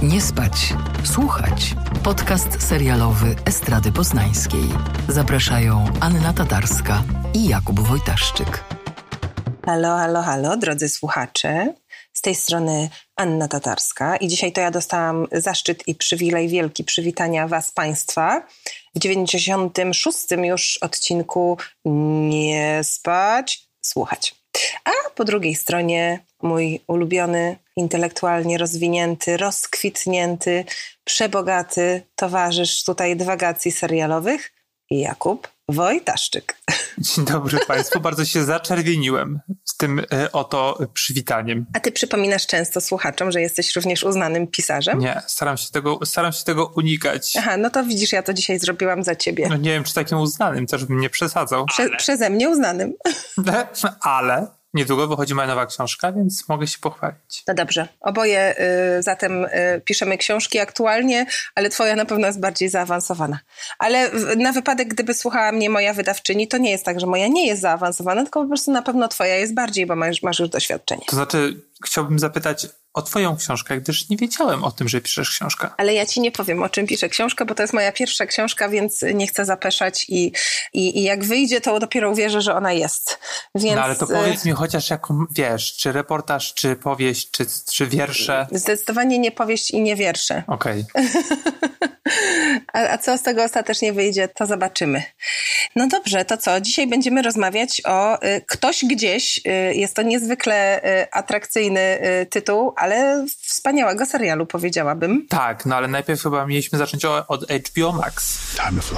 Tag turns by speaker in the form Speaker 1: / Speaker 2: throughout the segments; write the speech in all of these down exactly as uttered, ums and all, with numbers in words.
Speaker 1: Nie spać, słuchać. Podcast serialowy Estrady Poznańskiej. Zapraszają Anna Tatarska i Jakub Wojtaszczyk.
Speaker 2: Halo, halo, halo, drodzy słuchacze. Z tej strony Anna Tatarska i dzisiaj to ja dostałam zaszczyt i przywilej wielki przywitania was, państwa, w dziewięćdziesiątym szóstym już odcinku Nie spać, słuchać. A po drugiej stronie mój ulubiony, intelektualnie rozwinięty, rozkwitnięty, przebogaty towarzysz tutaj dywagacji serialowych, Jakub Wojtaszczyk.
Speaker 3: Dzień dobry Państwu, bardzo się zaczerwieniłem z tym y, oto przywitaniem.
Speaker 2: A ty przypominasz często słuchaczom, że jesteś również uznanym pisarzem?
Speaker 3: Nie, staram się tego, staram się tego unikać.
Speaker 2: Aha, no to widzisz, ja to dzisiaj zrobiłam za ciebie.
Speaker 3: No nie wiem, czy takim uznanym, też bym nie przesadzał.
Speaker 2: Prze- przeze mnie uznanym.
Speaker 3: Ale niedługo wychodzi moja nowa książka, więc mogę się pochwalić.
Speaker 2: No dobrze, oboje y, zatem y, piszemy książki aktualnie, ale twoja na pewno jest bardziej zaawansowana. Ale w, na wypadek, gdyby słuchała mnie moja wydawczyni, to nie jest tak, że moja nie jest zaawansowana, tylko po prostu na pewno twoja jest bardziej, bo masz, masz już doświadczenie.
Speaker 3: To znaczy, chciałbym zapytać o twoją książkę, gdyż nie wiedziałem o tym, że piszesz książkę.
Speaker 2: Ale ja ci nie powiem, o czym piszę książkę, bo to jest moja pierwsza książka, więc nie chcę zapeszać i, i, i jak wyjdzie, to dopiero uwierzę, że ona jest. Więc...
Speaker 3: No ale to powiedz mi chociaż jaką, wiesz, czy reportaż, czy powieść, czy, czy wiersze?
Speaker 2: Zdecydowanie nie powieść i nie wiersze.
Speaker 3: Okej.
Speaker 2: Okay. a, a co z tego ostatecznie wyjdzie, to zobaczymy. No dobrze, to co? Dzisiaj będziemy rozmawiać o y, Ktoś gdzieś. Y, jest to niezwykle y, atrakcyjny y, tytuł, ale wspaniałego serialu, powiedziałabym.
Speaker 3: Tak, no ale najpierw chyba mieliśmy zacząć o, od H B O Max. Time to fly.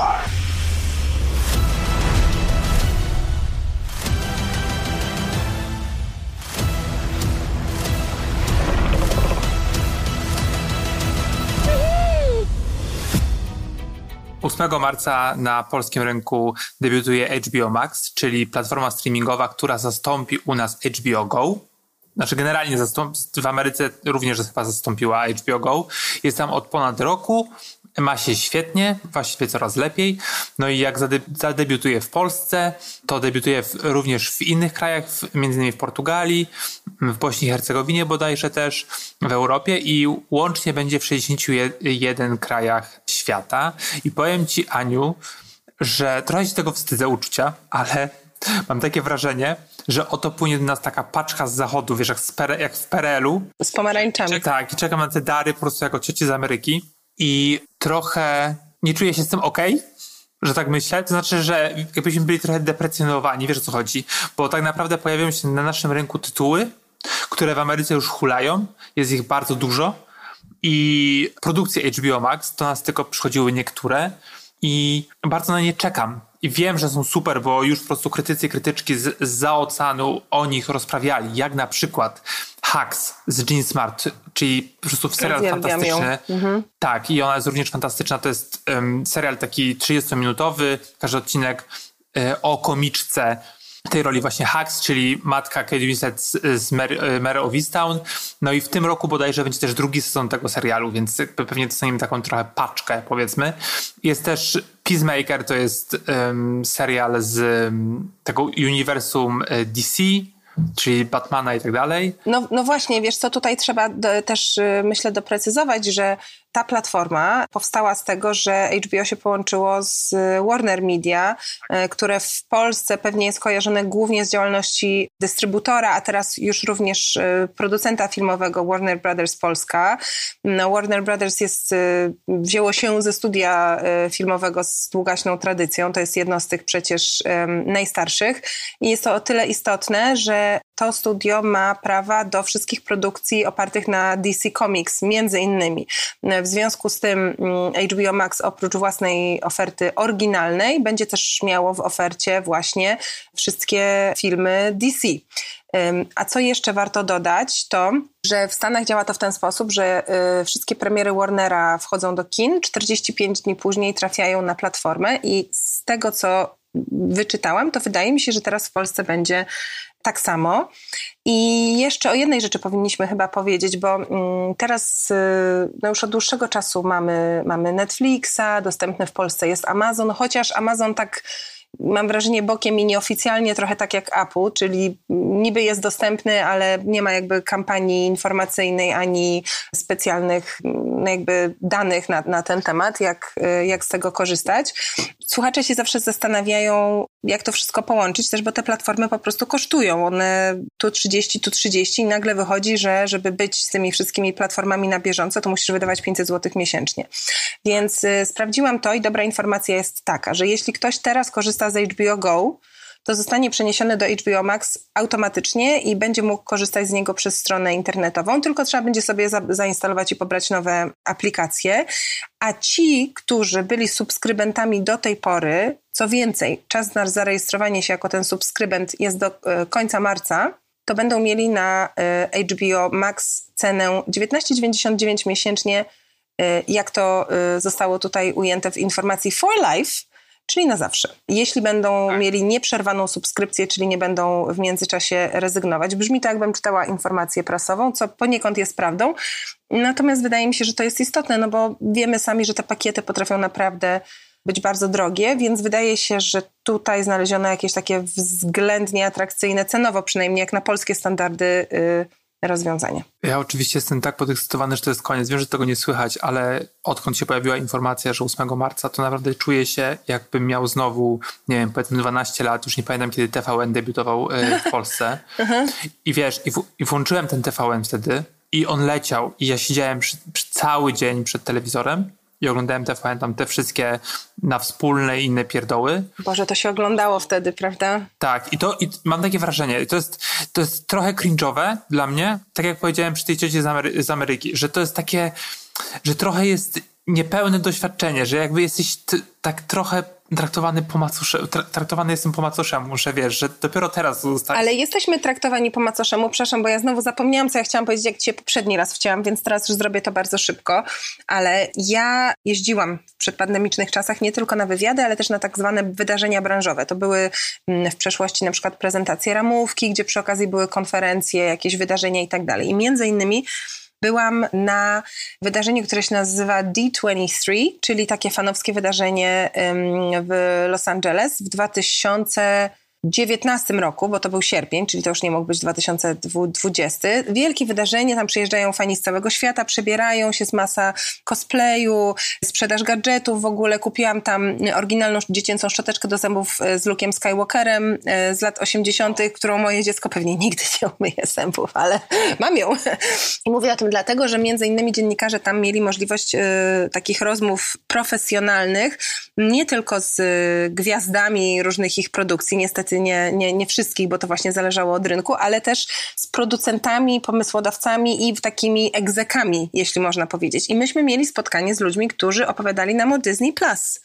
Speaker 3: ósmego marca na polskim rynku debiutuje H B O Max, czyli platforma streamingowa, która zastąpi u nas H B O Go. Znaczy generalnie zastąpi, w Ameryce również chyba zastąpiła H B O Go. Jest tam od ponad roku, ma się świetnie, właściwie coraz lepiej. No i jak zade- zadebiutuje w Polsce, to debiutuje w, również w innych krajach, w, między innymi w Portugalii, w Bośni i Hercegowinie bodajże też, w Europie i łącznie będzie w sześćdziesięciu jeden krajach świata. I powiem ci, Aniu, że trochę się tego wstydzę uczucia, ale mam takie wrażenie, że oto płynie do nas taka paczka z zachodu, wiesz, jak, z pere, jak w P R L u.
Speaker 2: Z pomarańczami.
Speaker 3: Tak, i czekam na te dary po prostu jako cioci z Ameryki. I trochę nie czuję się z tym okej, okay, że tak myślę. To znaczy, że jakbyśmy byli trochę deprecjonowani, wiesz o co chodzi. Bo tak naprawdę pojawiają się na naszym rynku tytuły, które w Ameryce już hulają. Jest ich bardzo dużo. I produkcje H B O Max, to nas tylko przychodziły niektóre. I bardzo na nie czekam. I wiem, że są super, bo już po prostu krytycy i krytyczki z, z oceanu o nich rozprawiali. Jak na przykład Hacks z Jean Smart, czyli po prostu serial fantastyczny. Mhm. Tak, i ona jest również fantastyczna. To jest um, serial taki trzydziestominutowy, każdy odcinek um, o komiczce tej roli właśnie Hacks, czyli matka Kate Winslet z, z Mare, Mare of Easttown. No i w tym roku bodajże będzie też drugi sezon tego serialu, więc pewnie dostaniemy taką trochę paczkę, powiedzmy. Jest też Peacemaker, to jest um, serial z um, tego uniwersum D C, czyli Batmana i tak dalej.
Speaker 2: No, no właśnie, wiesz co, tutaj trzeba do, też myślę doprecyzować, że ta platforma powstała z tego, że H B O się połączyło z Warner Media, które w Polsce pewnie jest kojarzone głównie z działalności dystrybutora, a teraz już również producenta filmowego Warner Brothers Polska. No, Warner Brothers jest, wzięło się ze studia filmowego z długaśną tradycją. To jest jedno z tych przecież najstarszych i jest to o tyle istotne, że to studio ma prawa do wszystkich produkcji opartych na D C Comics, między innymi. W związku z tym H B O Max oprócz własnej oferty oryginalnej będzie też miało w ofercie właśnie wszystkie filmy D C. A co jeszcze warto dodać, to że w Stanach działa to w ten sposób, że wszystkie premiery Warnera wchodzą do kin, czterdzieści pięć dni później trafiają na platformę i z tego, co wyczytałam, to wydaje mi się, że teraz w Polsce będzie tak samo. I jeszcze o jednej rzeczy powinniśmy chyba powiedzieć, bo teraz no już od dłuższego czasu mamy, mamy Netflixa, dostępny w Polsce jest Amazon, chociaż Amazon tak mam wrażenie, bokiem i nieoficjalnie, trochę tak jak Apple, czyli niby jest dostępny, ale nie ma jakby kampanii informacyjnej ani specjalnych no jakby danych na, na ten temat, jak, jak z tego korzystać. Słuchacze się zawsze zastanawiają, jak to wszystko połączyć też, bo te platformy po prostu kosztują. One tu trzydzieści, tu trzydzieści i nagle wychodzi, że żeby być z tymi wszystkimi platformami na bieżąco, to musisz wydawać pięćset złotych miesięcznie. Więc y, sprawdziłam to i dobra informacja jest taka, że jeśli ktoś teraz korzysta z H B O Go, to zostanie przeniesiony do H B O Max automatycznie i będzie mógł korzystać z niego przez stronę internetową, tylko trzeba będzie sobie za- zainstalować i pobrać nowe aplikacje. A ci, którzy byli subskrybentami do tej pory, co więcej, czas na zarejestrowanie się jako ten subskrybent jest do y, końca marca, to będą mieli na y, H B O Max cenę dziewiętnaście dziewięćdziesiąt dziewięć miesięcznie, y, jak to y, zostało tutaj ujęte w informacji for life, czyli na zawsze. Jeśli będą mieli nieprzerwaną subskrypcję, czyli nie będą w międzyczasie rezygnować. Brzmi to, jakbym czytała informację prasową, co poniekąd jest prawdą. Natomiast wydaje mi się, że to jest istotne, no bo wiemy sami, że te pakiety potrafią naprawdę być bardzo drogie, więc wydaje się, że tutaj znaleziono jakieś takie względnie atrakcyjne, cenowo przynajmniej jak na polskie standardy, yy, rozwiązanie.
Speaker 3: Ja oczywiście jestem tak podekscytowany, że to jest koniec. Wiem, że tego nie słychać, ale odkąd się pojawiła informacja, że ósmego marca, to naprawdę czuję się, jakbym miał znowu, nie wiem, powiedzmy dwanaście lat, już nie pamiętam, kiedy T V N debiutował yy, w Polsce. I wiesz, i, w, i włączyłem ten T V N wtedy i on leciał i ja siedziałem przy, przy cały dzień przed telewizorem i oglądałem T V N, tam te wszystkie na wspólne i inne pierdoły.
Speaker 2: Boże, to się oglądało wtedy, prawda?
Speaker 3: Tak, i to i mam takie wrażenie, to jest, to jest trochę cringe'owe dla mnie, tak jak powiedziałem przy tej ciocie z, Amery- z Ameryki, że to jest takie, że trochę jest niepełne doświadczenie, że jakby jesteś t- tak trochę traktowany po macoszemu, tra- traktowany jestem po macoszemu, że wiesz, że dopiero teraz zostaje.
Speaker 2: Ale jesteśmy traktowani po macoszemu, przepraszam, bo ja znowu zapomniałam, co ja chciałam powiedzieć, jak cię poprzedni raz wcięłam, więc teraz już zrobię to bardzo szybko, ale ja jeździłam w przedpandemicznych czasach nie tylko na wywiady, ale też na tak zwane wydarzenia branżowe. To były w przeszłości na przykład prezentacje ramówki, gdzie przy okazji były konferencje, jakieś wydarzenia i tak dalej. I między innymi byłam na wydarzeniu, które się nazywa D dwadzieścia trzy, czyli takie fanowskie wydarzenie w Los Angeles w dwa tysiące dziewiętnastym roku, bo to był sierpień, czyli to już nie mógł być dwa tysiące dwudziesty. Wielkie wydarzenie, tam przyjeżdżają fani z całego świata, przebierają się, z masa cosplayu, sprzedaż gadżetów w ogóle. Kupiłam tam oryginalną dziecięcą szczoteczkę do zębów z Luke'em Skywalkerem z lat osiemdziesiątych, którą moje dziecko pewnie nigdy nie umyje zębów, ale mam ją. I mówię o tym dlatego, że między innymi dziennikarze tam mieli możliwość y, takich rozmów profesjonalnych, nie tylko z y, gwiazdami różnych ich produkcji, niestety Nie, nie, nie wszystkich, bo to właśnie zależało od rynku, ale też z producentami, pomysłodawcami i takimi egzekami, jeśli można powiedzieć. I myśmy mieli spotkanie z ludźmi, którzy opowiadali nam o Disney Plus.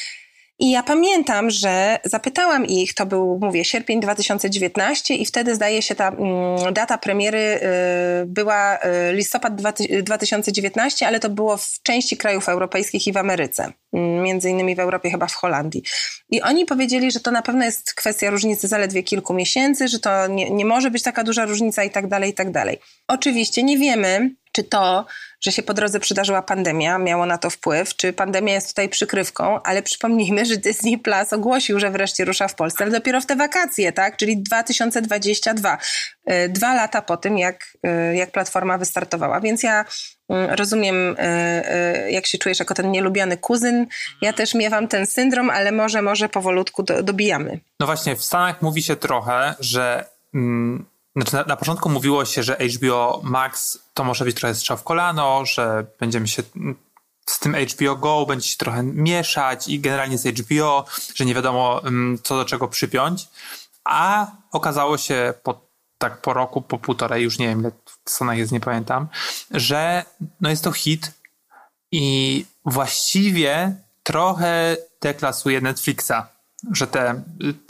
Speaker 2: I ja pamiętam, że zapytałam ich, to był, mówię, sierpień dwa tysiące dziewiętnasty i wtedy zdaje się ta mm, data premiery y, była y, listopad dwa tysiące dziewiętnasty, ale to było w części krajów europejskich i w Ameryce. Między innymi w Europie, chyba w Holandii. I oni powiedzieli, że to na pewno jest kwestia różnicy zaledwie kilku miesięcy, że to nie, nie może być taka duża różnica i tak dalej, i tak dalej. Oczywiście nie wiemy, czy to, że się po drodze przydarzyła pandemia, miało na to wpływ, czy pandemia jest tutaj przykrywką, ale przypomnijmy, że Disney Plus ogłosił, że wreszcie rusza w Polsce, ale dopiero w te wakacje, tak? Czyli dwa tysiące dwudziesty drugi. Dwa lata po tym, jak, jak platforma wystartowała. Więc ja rozumiem, jak się czujesz jako ten nielubiany kuzyn. Ja też miewam ten syndrom, ale może, może powolutku do, dobijamy.
Speaker 3: No właśnie, w Stanach mówi się trochę, że... Mm, Znaczy na, na początku mówiło się, że H B O Max to może być trochę strzał w kolano, że będziemy się z tym H B O Go będzie się trochę mieszać i generalnie z H B O, że nie wiadomo co do czego przypiąć, a okazało się po, tak po roku, po półtorej, już nie wiem ile w Stanach jest, nie pamiętam, że no jest to hit i właściwie trochę deklasuje Netflixa. Że te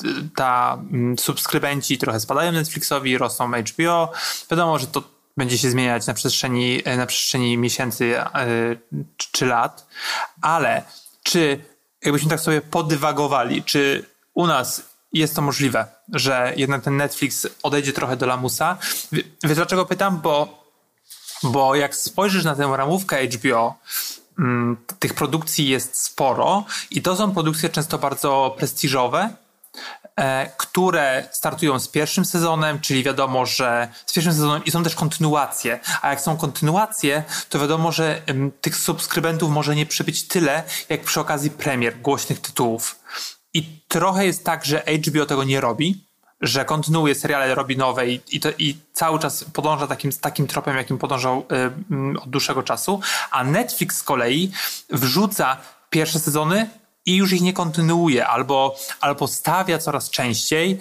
Speaker 3: ta subskrybenci trochę spadają Netflixowi, rosną H B O. Wiadomo, że to będzie się zmieniać na przestrzeni, na przestrzeni miesięcy yy, czy lat, ale czy jakbyśmy tak sobie podywagowali, czy u nas jest to możliwe, że jednak ten Netflix odejdzie trochę do lamusa? Wiesz dlaczego pytam? Bo, bo jak spojrzysz na tę ramówkę H B O, tych produkcji jest sporo i to są produkcje często bardzo prestiżowe e, które startują z pierwszym sezonem, czyli wiadomo, że z pierwszym sezonem i są też kontynuacje, a jak są kontynuacje, to wiadomo, że em, tych subskrybentów może nie przybyć tyle, jak przy okazji premier głośnych tytułów. I trochę jest tak, że H B O tego nie robi, że kontynuuje seriale, robi nowe i, i, to, i cały czas podąża takim, takim tropem, jakim podążał y, od dłuższego czasu, a Netflix z kolei wrzuca pierwsze sezony i już ich nie kontynuuje, albo, albo stawia coraz częściej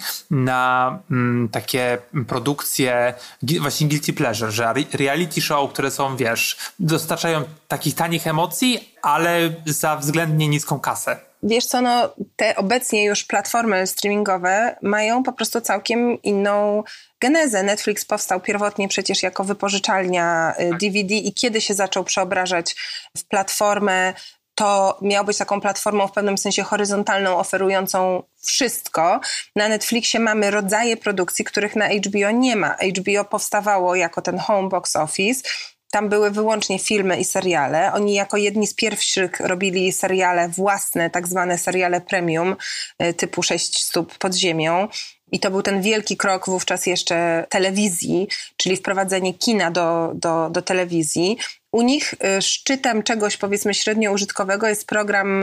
Speaker 3: na mm, takie produkcje właśnie guilty pleasure, że reality show, które są, wiesz, dostarczają takich tanich emocji, ale za względnie niską kasę.
Speaker 2: Wiesz co, no te obecnie już platformy streamingowe mają po prostu całkiem inną genezę. Netflix powstał pierwotnie przecież jako wypożyczalnia D V D i kiedy się zaczął przeobrażać w platformę, to miał być taką platformą w pewnym sensie horyzontalną, oferującą wszystko. Na Netflixie mamy rodzaje produkcji, których na H B O nie ma. H B O powstawało jako ten home box office. Tam były wyłącznie filmy i seriale. Oni jako jedni z pierwszych robili seriale własne, tak zwane seriale premium, typu sześć stóp pod ziemią. I to był ten wielki krok wówczas jeszcze telewizji, czyli wprowadzenie kina do, do, do telewizji. U nich szczytem czegoś, powiedzmy, średnio użytkowego jest program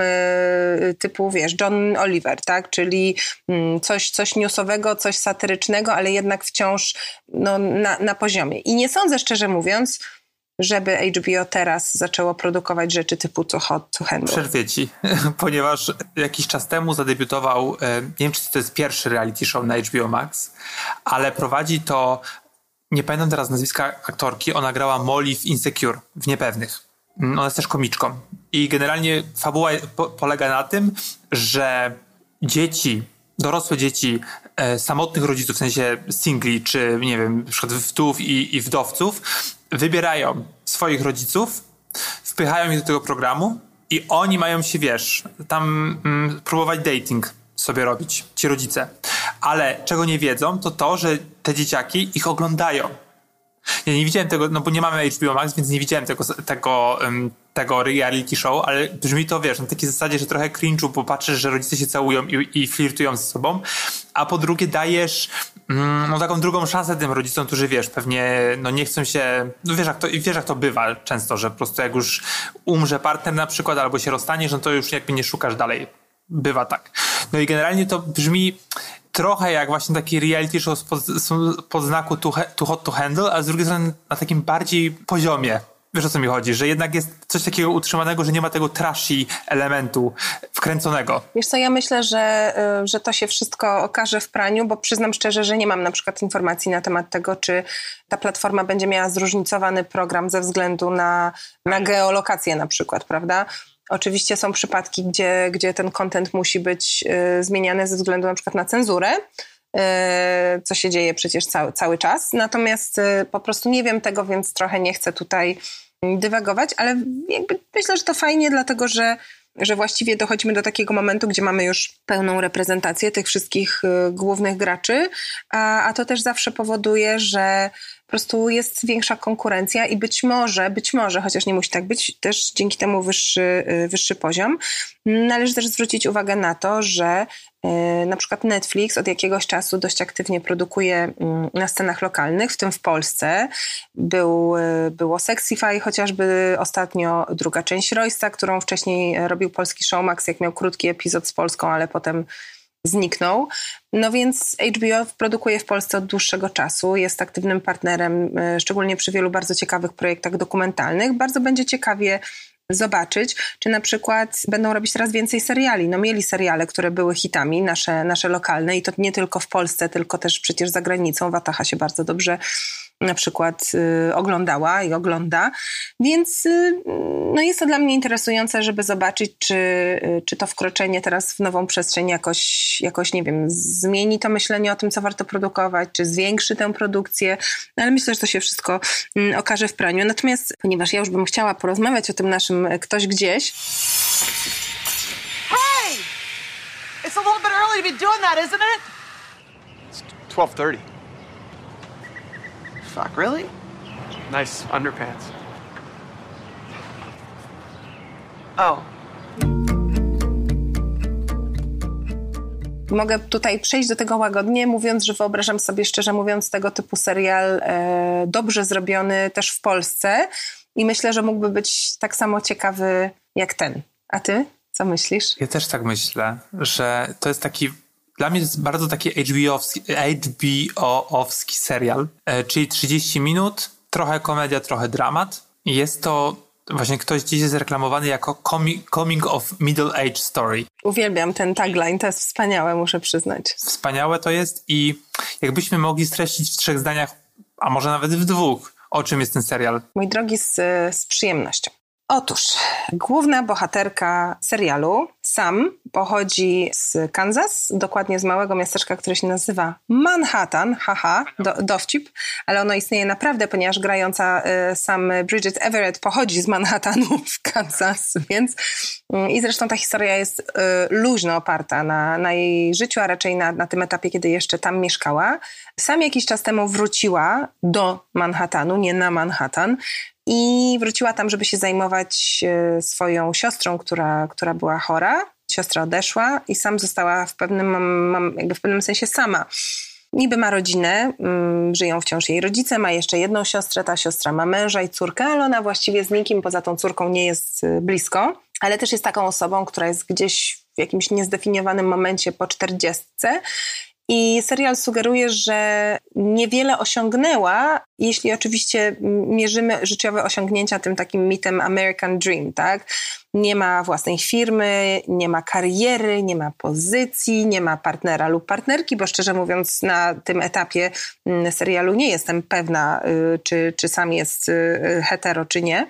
Speaker 2: typu, wiesz, John Oliver, tak? Czyli coś, coś newsowego, coś satyrycznego, ale jednak wciąż no, na, na poziomie. I nie sądzę, szczerze mówiąc, żeby H B O teraz zaczęło produkować rzeczy typu Too Hot to Handle.
Speaker 3: Przerwię ci, ponieważ jakiś czas temu zadebiutował, nie wiem, czy to jest pierwszy reality show na H B O Max, ale prowadzi to, nie pamiętam teraz nazwiska aktorki, ona grała Molly w Insecure, w Niepewnych. Ona jest też komiczką. I generalnie fabuła po- polega na tym, że dzieci, dorosłe dzieci e, samotnych rodziców, w sensie singli, czy nie wiem, na przykład wdów i, i wdowców, wybierają swoich rodziców, wpychają ich do tego programu i oni mają się, wiesz, tam mm, próbować dating sobie robić, ci rodzice. Ale czego nie wiedzą, to to, że te dzieciaki ich oglądają. Ja nie widziałem tego, no bo nie mamy H B O Max, więc nie widziałem tego, tego, um, tego reality show, ale brzmi to, wiesz, na takiej zasadzie, że trochę cringe'u, bo patrzysz, że rodzice się całują i, i flirtują ze sobą, a po drugie dajesz mm, no, taką drugą szansę tym rodzicom, którzy, wiesz, pewnie no nie chcą się, no wiesz jak, to, wiesz jak to bywa często, że po prostu jak już umrze partner na przykład, albo się rozstaniesz, no to już jakby nie szukasz dalej. Bywa tak. No i generalnie to brzmi trochę jak właśnie taki reality show pod, pod znaku too, too Hot to Handle, a z drugiej strony na takim bardziej poziomie. Wiesz, o co mi chodzi? Że jednak jest coś takiego utrzymanego, że nie ma tego trashy elementu wkręconego.
Speaker 2: Wiesz co, ja myślę, że, że to się wszystko okaże w praniu, bo przyznam szczerze, że nie mam na przykład informacji na temat tego, czy ta platforma będzie miała zróżnicowany program ze względu na, na geolokację na przykład, prawda? Oczywiście są przypadki, gdzie, gdzie ten content musi być y, zmieniany ze względu na przykład na cenzurę, y, co się dzieje przecież cały, cały czas. Natomiast y, po prostu nie wiem tego, więc trochę nie chcę tutaj dywagować, ale jakby myślę, że to fajnie, dlatego że, że właściwie dochodzimy do takiego momentu, gdzie mamy już pełną reprezentację tych wszystkich y, głównych graczy, a, a to też zawsze powoduje, że po prostu jest większa konkurencja i być może, być może, chociaż nie musi tak być, też dzięki temu wyższy, wyższy poziom. Należy też zwrócić uwagę na to, że na przykład Netflix od jakiegoś czasu dość aktywnie produkuje na scenach lokalnych, w tym w Polsce. Był, było Sexify, chociażby ostatnio druga część Roysta, którą wcześniej robił polski Showmax, jak miał krótki epizod z Polską, ale potem zniknął. No więc H B O produkuje w Polsce od dłuższego czasu, jest aktywnym partnerem, szczególnie przy wielu bardzo ciekawych projektach dokumentalnych. Bardzo będzie ciekawie zobaczyć, czy na przykład będą robić coraz więcej seriali. No mieli seriale, które były hitami, nasze, nasze lokalne i to nie tylko w Polsce, tylko też przecież za granicą. Wataha się bardzo dobrze na przykład y, oglądała i ogląda, więc y, no jest to dla mnie interesujące, żeby zobaczyć, czy, y, czy to wkroczenie teraz w nową przestrzeń jakoś, jakoś, nie wiem, zmieni to myślenie o tym, co warto produkować, czy zwiększy tę produkcję, no, ale myślę, że to się wszystko y, okaże w praniu. Natomiast, ponieważ ja już bym chciała porozmawiać o tym naszym Ktoś Gdzieś.
Speaker 4: Hey! It's a little bit early to be doing that, isn't it?
Speaker 5: It's twelve thirty.
Speaker 4: Fuck, really?
Speaker 5: Nice underpants.
Speaker 4: Oh.
Speaker 2: Mogę tutaj przejść do tego łagodnie, mówiąc, że wyobrażam sobie, szczerze mówiąc, tego typu serial e, dobrze zrobiony też w Polsce i myślę, że mógłby być tak samo ciekawy jak ten. A ty? Co myślisz?
Speaker 3: Ja też tak myślę, że to jest taki, dla mnie to jest bardzo taki H B O-owski, H B O-owski serial, e, czyli trzydzieści minut, trochę komedia, trochę dramat. I jest to właśnie, ktoś gdzieś jest reklamowany jako coming, coming of middle age story.
Speaker 2: Uwielbiam ten tagline, to jest wspaniałe, muszę przyznać.
Speaker 3: Wspaniałe to jest i jakbyśmy mogli streścić w trzech zdaniach, a może nawet w dwóch, o czym jest ten serial?
Speaker 2: Mój drogi, z, z przyjemnością. Otóż główna bohaterka serialu, Sam, pochodzi z Kansas, dokładnie z małego miasteczka, które się nazywa Manhattan, haha, do, dowcip, ale ono istnieje naprawdę, ponieważ grająca y, Sam Bridget Everett pochodzi z Manhattanu w Kansas, więc y, i zresztą ta historia jest y, luźno oparta na, na jej życiu, a raczej na, na tym etapie, kiedy jeszcze tam mieszkała. Sam jakiś czas temu wróciła do Manhattanu, nie na Manhattan, i wróciła tam, żeby się zajmować swoją siostrą, która, która była chora. Siostra odeszła i Sam została w pewnym, jakby w pewnym sensie sama. Niby ma rodzinę, żyją wciąż jej rodzice, ma jeszcze jedną siostrę, ta siostra ma męża i córkę, ale ona właściwie z nikim poza tą córką nie jest blisko, ale też jest taką osobą, która jest gdzieś w jakimś niezdefiniowanym momencie po czterdziestce. I serial sugeruje, że niewiele osiągnęła, jeśli oczywiście mierzymy życiowe osiągnięcia tym takim mitem American Dream, tak? Nie ma własnej firmy, nie ma kariery, nie ma pozycji, nie ma partnera lub partnerki, bo szczerze mówiąc na tym etapie serialu nie jestem pewna, czy, czy Sam jest hetero, czy nie.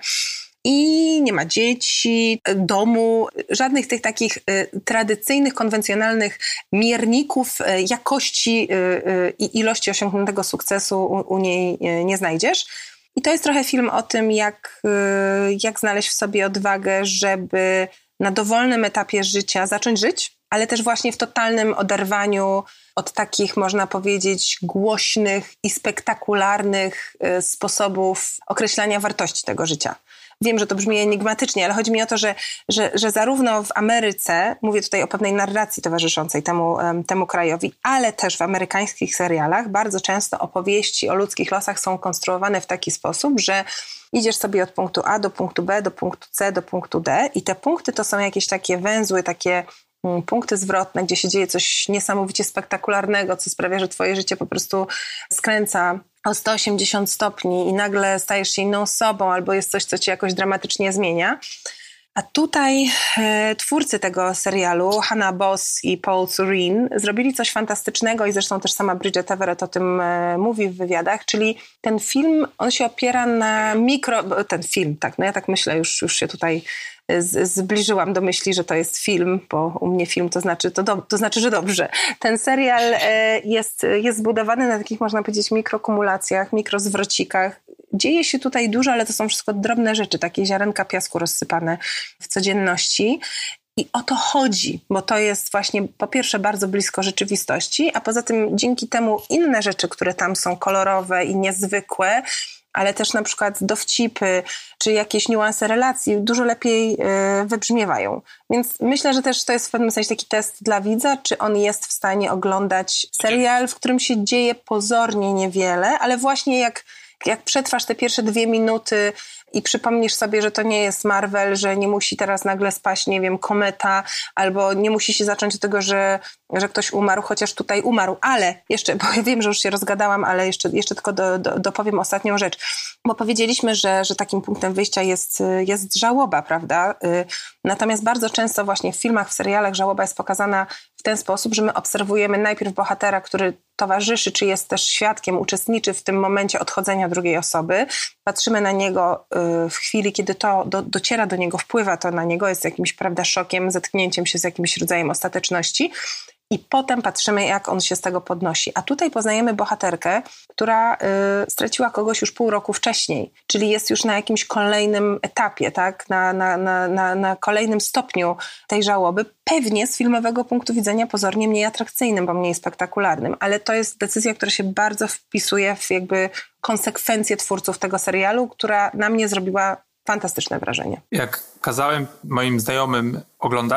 Speaker 2: I nie ma dzieci, domu, żadnych tych takich y, tradycyjnych, konwencjonalnych mierników y, jakości y, i y, ilości osiągniętego sukcesu u, u niej y, nie znajdziesz. I to jest trochę film o tym, jak, y, jak znaleźć w sobie odwagę, żeby na dowolnym etapie życia zacząć żyć, ale też właśnie w totalnym oderwaniu od takich, można powiedzieć, głośnych i spektakularnych y, sposobów określania wartości tego życia. Wiem, że to brzmi enigmatycznie, ale chodzi mi o to, że, że, że zarówno w Ameryce, mówię tutaj o pewnej narracji towarzyszącej temu, temu krajowi, ale też w amerykańskich serialach bardzo często opowieści o ludzkich losach są konstruowane w taki sposób, że idziesz sobie od punktu A do punktu B, do punktu C, do punktu D i te punkty to są jakieś takie węzły, takie punkty zwrotne, gdzie się dzieje coś niesamowicie spektakularnego, co sprawia, że twoje życie po prostu skręca o sto osiemdziesiąt stopni i nagle stajesz się inną osobą albo jest coś, co cię jakoś dramatycznie zmienia. A tutaj e, twórcy tego serialu, Hannah Boss i Paul Surin, zrobili coś fantastycznego i zresztą też sama Bridget Everett o tym e, mówi w wywiadach, czyli ten film, on się opiera na mikro... Ten film, tak, no ja tak myślę, już, już się tutaj z, zbliżyłam do myśli, że to jest film, bo u mnie film to znaczy, to, do, to znaczy, że dobrze. Ten serial e, jest, jest zbudowany na takich, można powiedzieć, mikrokumulacjach, mikrozwrocikach. Dzieje się tutaj dużo, ale to są wszystko drobne rzeczy, takie ziarenka piasku rozsypane w codzienności. I o to chodzi, bo to jest właśnie po pierwsze bardzo blisko rzeczywistości, a poza tym dzięki temu inne rzeczy, które tam są kolorowe i niezwykłe, ale też na przykład dowcipy, czy jakieś niuanse relacji dużo lepiej yy, wybrzmiewają. Więc myślę, że też to jest w pewnym sensie taki test dla widza, czy on jest w stanie oglądać serial, w którym się dzieje pozornie niewiele, ale właśnie jak Jak przetrwasz te pierwsze dwie minuty i przypomnisz sobie, że to nie jest Marvel, że nie musi teraz nagle spaść, nie wiem, kometa, albo nie musi się zacząć od tego, że, że ktoś umarł, chociaż tutaj umarł, ale jeszcze, bo ja wiem, że już się rozgadałam, ale jeszcze, jeszcze tylko do, do, dopowiem ostatnią rzecz, bo powiedzieliśmy, że, że takim punktem wyjścia jest, jest żałoba, prawda? Natomiast bardzo często właśnie w filmach, w serialach żałoba jest pokazana w ten sposób, że my obserwujemy najpierw bohatera, który towarzyszy, czy jest też świadkiem, uczestniczy w tym momencie odchodzenia drugiej osoby. Patrzymy na niego w chwili, kiedy to do, dociera do niego, wpływa to na niego, jest jakimś, prawda, szokiem, zetknięciem się z jakimś rodzajem ostateczności. I potem patrzymy, jak on się z tego podnosi. A tutaj poznajemy bohaterkę, która y, straciła kogoś już pół roku wcześniej, czyli jest już na jakimś kolejnym etapie, tak? na, na, na, na, na kolejnym stopniu tej żałoby, pewnie z filmowego punktu widzenia pozornie mniej atrakcyjnym, bo mniej spektakularnym, ale to jest decyzja, która się bardzo wpisuje w jakby konsekwencje twórców tego serialu, która na mnie zrobiła fantastyczne wrażenie.
Speaker 3: Jak kazałem moim znajomym oglądać,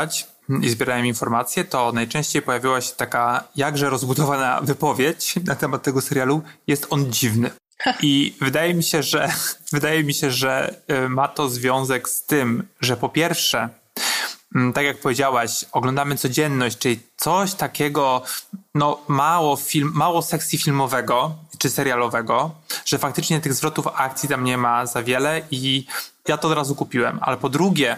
Speaker 3: i zbierałem informacje, to najczęściej pojawiła się taka jakże rozbudowana wypowiedź na temat tego serialu. Jest on dziwny. I wydaje mi się, że wydaje mi się, że ma to związek z tym, że po pierwsze, tak jak powiedziałaś, oglądamy codzienność, czyli coś takiego no mało film, mało sekcji filmowego czy serialowego, że faktycznie tych zwrotów akcji tam nie ma za wiele i ja to od razu kupiłem. Ale po drugie,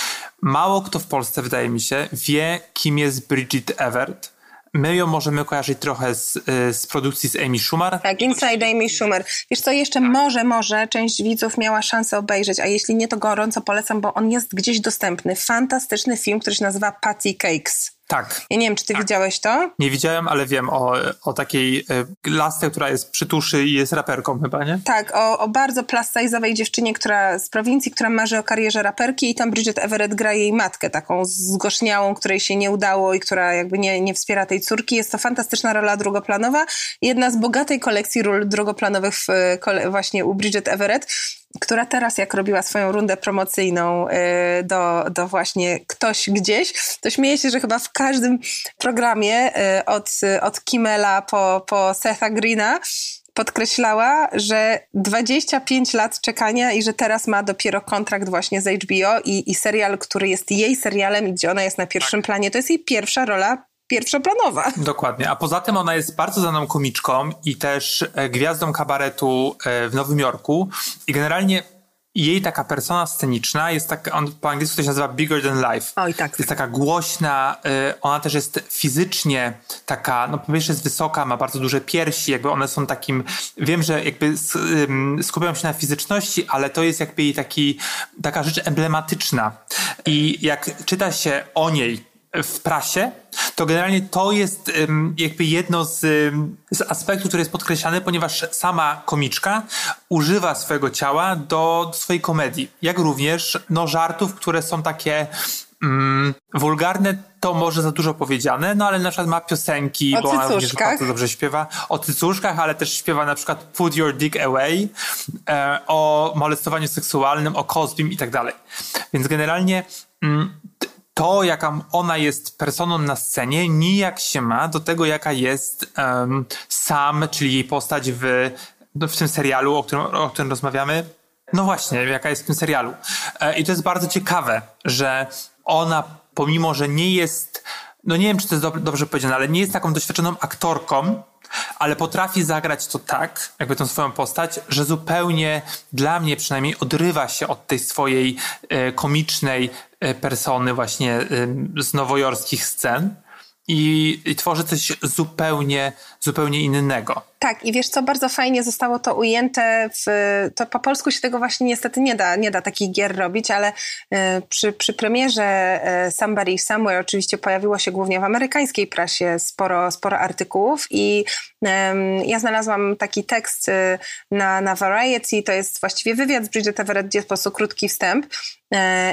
Speaker 3: mało kto w Polsce, wydaje mi się, wie, kim jest Bridget Everett. My ją możemy kojarzyć trochę z, z produkcji z Amy Schumer.
Speaker 2: Tak, Inside Amy Schumer. Wiesz co, jeszcze może, może część widzów miała szansę obejrzeć, a jeśli nie, to gorąco polecam, bo on jest gdzieś dostępny. Fantastyczny film, który się nazywa Patty Cakes.
Speaker 3: Tak.
Speaker 2: Ja nie wiem, czy ty tak. widziałeś to?
Speaker 3: Nie widziałem, ale wiem o, o takiej y, lasce, która jest przy tuszy i jest raperką chyba, nie?
Speaker 2: Tak, o, o bardzo plus size'owej dziewczynie, która z prowincji, która marzy o karierze raperki i tam Bridget Everett gra jej matkę, taką zgorzniałą, której się nie udało i która jakby nie, nie wspiera tej córki. Jest to fantastyczna rola drugoplanowa. Jedna z bogatej kolekcji ról drugoplanowych w, właśnie u Bridget Everett, która teraz jak robiła swoją rundę promocyjną y, do, do właśnie ktoś gdzieś, to śmieję się, że chyba w każdym programie y, od, od Kimmela po, po Setha Greena podkreślała, że dwadzieścia pięć lat czekania i że teraz ma dopiero kontrakt właśnie z H B O i, i serial, który jest jej serialem i gdzie ona jest na pierwszym planie, to jest jej pierwsza rola pierwszoplanowa.
Speaker 3: Dokładnie, a poza tym ona jest bardzo znaną komiczką i też gwiazdą kabaretu w Nowym Jorku i generalnie jej taka persona sceniczna jest tak, on po angielsku to się nazywa bigger than life.
Speaker 2: Oj, tak.
Speaker 3: Jest taka głośna, ona też jest fizycznie taka, no po pierwsze jest wysoka, ma bardzo duże piersi, jakby one są takim, wiem, że jakby skupiam się na fizyczności, ale to jest jakby jej taki, taka rzecz emblematyczna i jak czyta się o niej w prasie, to generalnie to jest um, jakby jedno z, um, z aspektów, który jest podkreślany, ponieważ sama komiczka używa swojego ciała do, do swojej komedii. Jak również no, żartów, które są takie um, wulgarne, to może za dużo powiedziane, no ale na przykład ma piosenki,
Speaker 2: o
Speaker 3: bo ona również
Speaker 2: cycuszkach.
Speaker 3: bardzo dobrze śpiewa, o cycuszkach, ale też śpiewa na przykład Put Your Dick Away, e, o molestowaniu seksualnym, o Cosbym i tak dalej. Więc generalnie mm, to, jaka ona jest personą na scenie, nijak się ma do tego, jaka jest um, Sam, czyli jej postać w, w tym serialu, o którym, o którym rozmawiamy. No właśnie, jaka jest w tym serialu. E, I to jest bardzo ciekawe, że ona, pomimo że nie jest, no nie wiem, czy to jest do, dobrze powiedziane, ale nie jest taką doświadczoną aktorką, ale potrafi zagrać to tak, jakby tą swoją postać, że zupełnie dla mnie przynajmniej odrywa się od tej swojej e, komicznej e, persony właśnie e, z nowojorskich scen i, i tworzy coś zupełnie, zupełnie innego.
Speaker 2: Tak, i wiesz co, bardzo fajnie zostało to ujęte w, to po polsku się tego właśnie niestety nie da, nie da takich gier robić, ale y, przy, przy premierze y, Somebody Somewhere oczywiście pojawiło się głównie w amerykańskiej prasie sporo, sporo artykułów i y, ja znalazłam taki tekst y, na, na Variety, to jest właściwie wywiad z Bridget Everett, gdzie jest po prostu krótki wstęp y,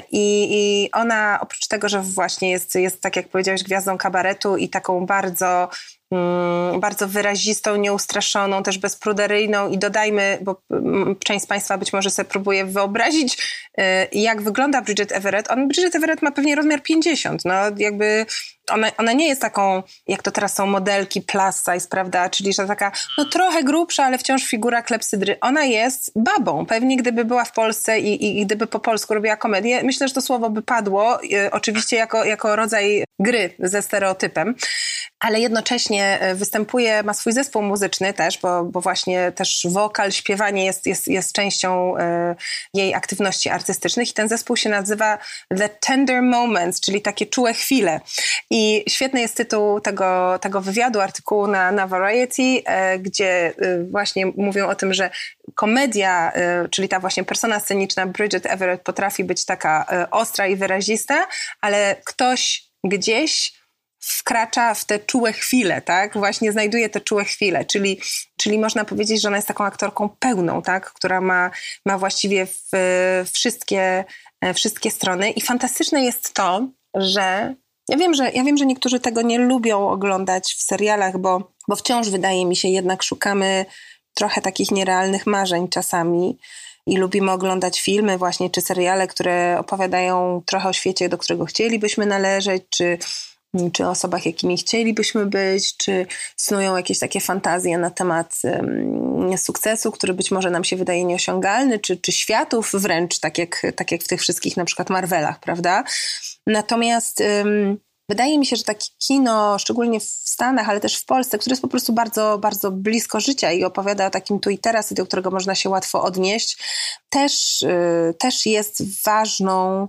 Speaker 2: i ona oprócz tego, że właśnie jest, jest tak jak powiedziałeś gwiazdą kabaretu i taką bardzo bardzo wyrazistą, nieustraszoną, też bezpruderyjną i dodajmy, bo część z Państwa być może sobie próbuje wyobrazić, jak wygląda Bridget Everett. On, Bridget Everett ma pewnie rozmiar pięćdziesiąt, no jakby ona, ona nie jest taką, jak to teraz są modelki plus size, prawda, czyli że taka no trochę grubsza, ale wciąż figura klepsydry. Ona jest babą. Pewnie gdyby była w Polsce i, i, i gdyby po polsku robiła komedię, myślę, że to słowo by padło, y, oczywiście jako, jako rodzaj gry ze stereotypem, ale jednocześnie występuje, ma swój zespół muzyczny też, bo, bo właśnie też wokal, śpiewanie jest, jest, jest częścią y, jej aktywności artystycznych i ten zespół się nazywa The Tender Moments, czyli takie czułe chwile. I świetny jest tytuł tego, tego wywiadu, artykułu na, na Variety, y, gdzie y, właśnie mówią o tym, że komedia, y, czyli ta właśnie persona sceniczna Bridget Everett potrafi być taka y, ostra i wyrazista, ale ktoś gdzieś wkracza w te czułe chwile, tak? Właśnie znajduje te czułe chwile, czyli, czyli można powiedzieć, że ona jest taką aktorką pełną, tak? Która ma, ma właściwie w, wszystkie, wszystkie strony i fantastyczne jest to, że ja wiem, że ja wiem, że niektórzy tego nie lubią oglądać w serialach, bo, bo wciąż wydaje mi się jednak szukamy trochę takich nierealnych marzeń czasami i lubimy oglądać filmy właśnie, czy seriale, które opowiadają trochę o świecie, do którego chcielibyśmy należeć, czy czy o osobach, jakimi chcielibyśmy być, czy snują jakieś takie fantazje na temat um, sukcesu, który być może nam się wydaje nieosiągalny, czy, czy światów wręcz, tak jak, tak jak w tych wszystkich na przykład Marvelach, prawda? Natomiast um, wydaje mi się, że takie kino, szczególnie w Stanach, ale też w Polsce, które jest po prostu bardzo, bardzo blisko życia i opowiada o takim tu i teraz i do którego można się łatwo odnieść, też, yy, też jest ważną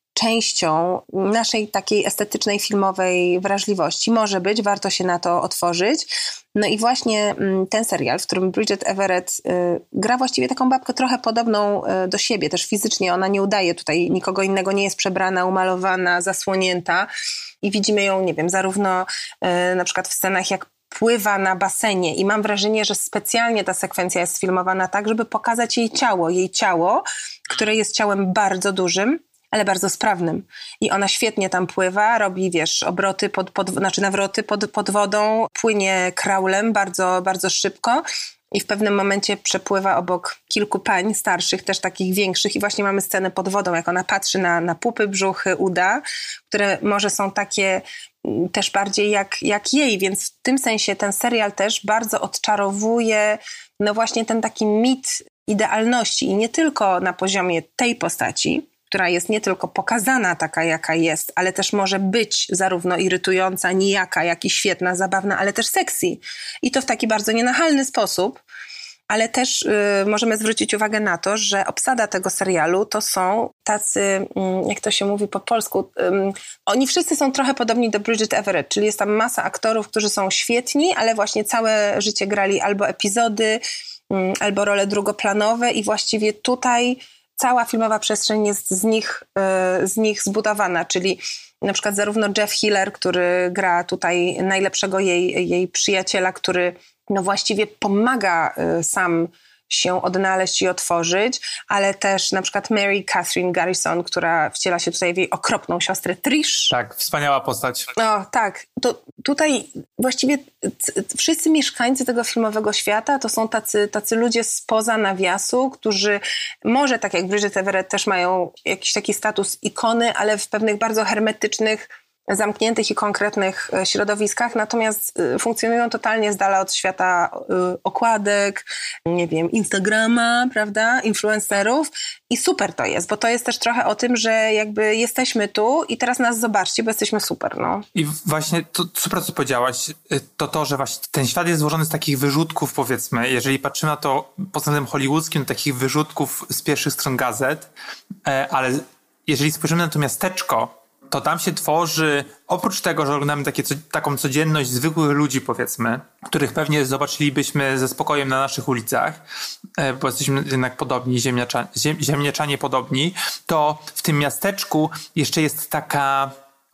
Speaker 2: częścią naszej takiej estetycznej, filmowej wrażliwości. Może być, warto się na to otworzyć. No i właśnie ten serial, w którym Bridget Everett y, gra właściwie taką babkę trochę podobną y, do siebie, też fizycznie. Ona nie udaje tutaj nikogo innego, nie jest przebrana, umalowana, zasłonięta i widzimy ją, nie wiem, zarówno y, na przykład w scenach jak pływa na basenie i mam wrażenie, że specjalnie ta sekwencja jest sfilmowana tak, żeby pokazać jej ciało, jej ciało, które jest ciałem bardzo dużym, ale bardzo sprawnym. I ona świetnie tam pływa, robi, wiesz, obroty, pod, pod, znaczy nawroty pod, pod wodą, płynie kraulem bardzo, bardzo szybko i w pewnym momencie przepływa obok kilku pań starszych, też takich większych i właśnie mamy scenę pod wodą, jak ona patrzy na, na pupy, brzuchy, uda, które może są takie też bardziej jak, jak jej, więc w tym sensie ten serial też bardzo odczarowuje no właśnie ten taki mit idealności i nie tylko na poziomie tej postaci, która jest nie tylko pokazana taka, jaka jest, ale też może być zarówno irytująca, nijaka, jak i świetna, zabawna, ale też sexy. I to w taki bardzo nienachalny sposób, ale też y, możemy zwrócić uwagę na to, że obsada tego serialu to są tacy, y, jak to się mówi po polsku, y, oni wszyscy są trochę podobni do Bridget Everett, czyli jest tam masa aktorów, którzy są świetni, ale właśnie całe życie grali albo epizody, y, albo role drugoplanowe i właściwie tutaj cała filmowa przestrzeń jest z nich, z nich zbudowana, czyli na przykład zarówno Jeff Hiller, który gra tutaj najlepszego jej, jej przyjaciela, który no właściwie pomaga sam się odnaleźć i otworzyć, ale też na przykład Mary Catherine Garrison, która wciela się tutaj w jej okropną siostrę Trish.
Speaker 3: Tak, wspaniała postać.
Speaker 2: O, tak. To tutaj właściwie c- wszyscy mieszkańcy tego filmowego świata to są tacy, tacy ludzie spoza nawiasu, którzy może tak jak Bridget Everett też mają jakiś taki status ikony, ale w pewnych bardzo hermetycznych, zamkniętych i konkretnych środowiskach, natomiast funkcjonują totalnie z dala od świata okładek, nie wiem, Instagrama, prawda, influencerów i super to jest, bo to jest też trochę o tym, że jakby jesteśmy tu i teraz nas zobaczcie, bo jesteśmy super, no.
Speaker 3: I właśnie to super, co powiedziałaś, to to, że właśnie ten świat jest złożony z takich wyrzutków, powiedzmy, jeżeli patrzymy na to pod względem hollywoodzkim, takich wyrzutków z pierwszych stron gazet, ale jeżeli spojrzymy na to miasteczko, to tam się tworzy, oprócz tego, że oglądamy takie, co, taką codzienność zwykłych ludzi, powiedzmy, których pewnie zobaczylibyśmy ze spokojem na naszych ulicach, bo jesteśmy jednak podobni, ziemniacza, ziem, ziemniaczanie podobni, to w tym miasteczku jeszcze jest taka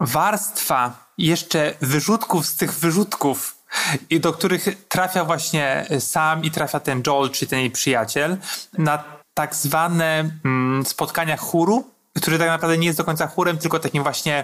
Speaker 3: warstwa jeszcze wyrzutków z tych wyrzutków, i do których trafia właśnie Sam i trafia ten Joel, czy ten jej przyjaciel, na tak zwane mm, spotkania chóru, który tak naprawdę nie jest do końca chórem, tylko takim właśnie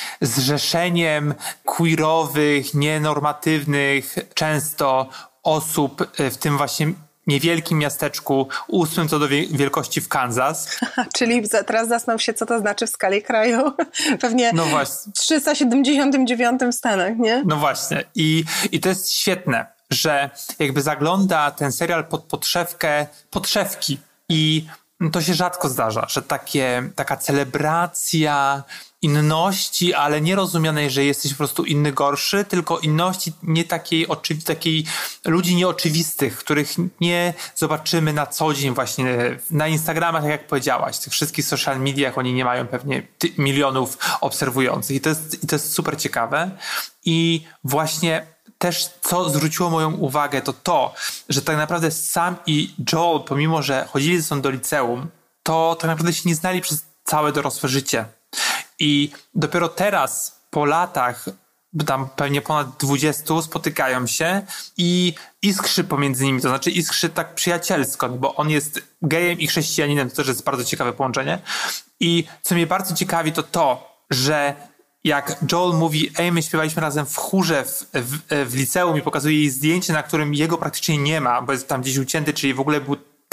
Speaker 3: zrzeszeniem queerowych, nienormatywnych często osób w tym właśnie niewielkim miasteczku, ósmym co do wielkości w Kansas.
Speaker 2: Czyli teraz zasnął się, co to znaczy w skali kraju. Pewnie
Speaker 3: no właśnie.
Speaker 2: w trzysta siedemdziesiątym dziewiątym Stanach, nie?
Speaker 3: No właśnie. I, i to jest świetne, że jakby zagląda ten serial pod podszewkę podszewki i to się rzadko zdarza, że takie, taka celebracja inności, ale nie rozumianej, że jesteś po prostu inny, gorszy, tylko inności nie takiej, oczywi- takiej ludzi nieoczywistych, których nie zobaczymy na co dzień właśnie na Instagramach, tak jak powiedziałaś, tych wszystkich social mediach, oni nie mają pewnie ty- milionów obserwujących i to jest, i to jest super ciekawe i właśnie też co zwróciło moją uwagę, to to, że tak naprawdę Sam i Joel, pomimo że chodzili ze sobą do liceum, to tak naprawdę się nie znali przez całe dorosłe życie. I dopiero teraz, po latach, tam pewnie ponad dwudziestu, spotykają się i iskrzy pomiędzy nimi, to znaczy iskrzy tak przyjacielsko, bo on jest gejem i chrześcijaninem, to też jest bardzo ciekawe połączenie. I co mnie bardzo ciekawi, to to, że jak Joel mówi, ej, my śpiewaliśmy razem w chórze w, w, w liceum i pokazuje jej zdjęcie, na którym jego praktycznie nie ma, bo jest tam gdzieś ucięty, czyli w ogóle był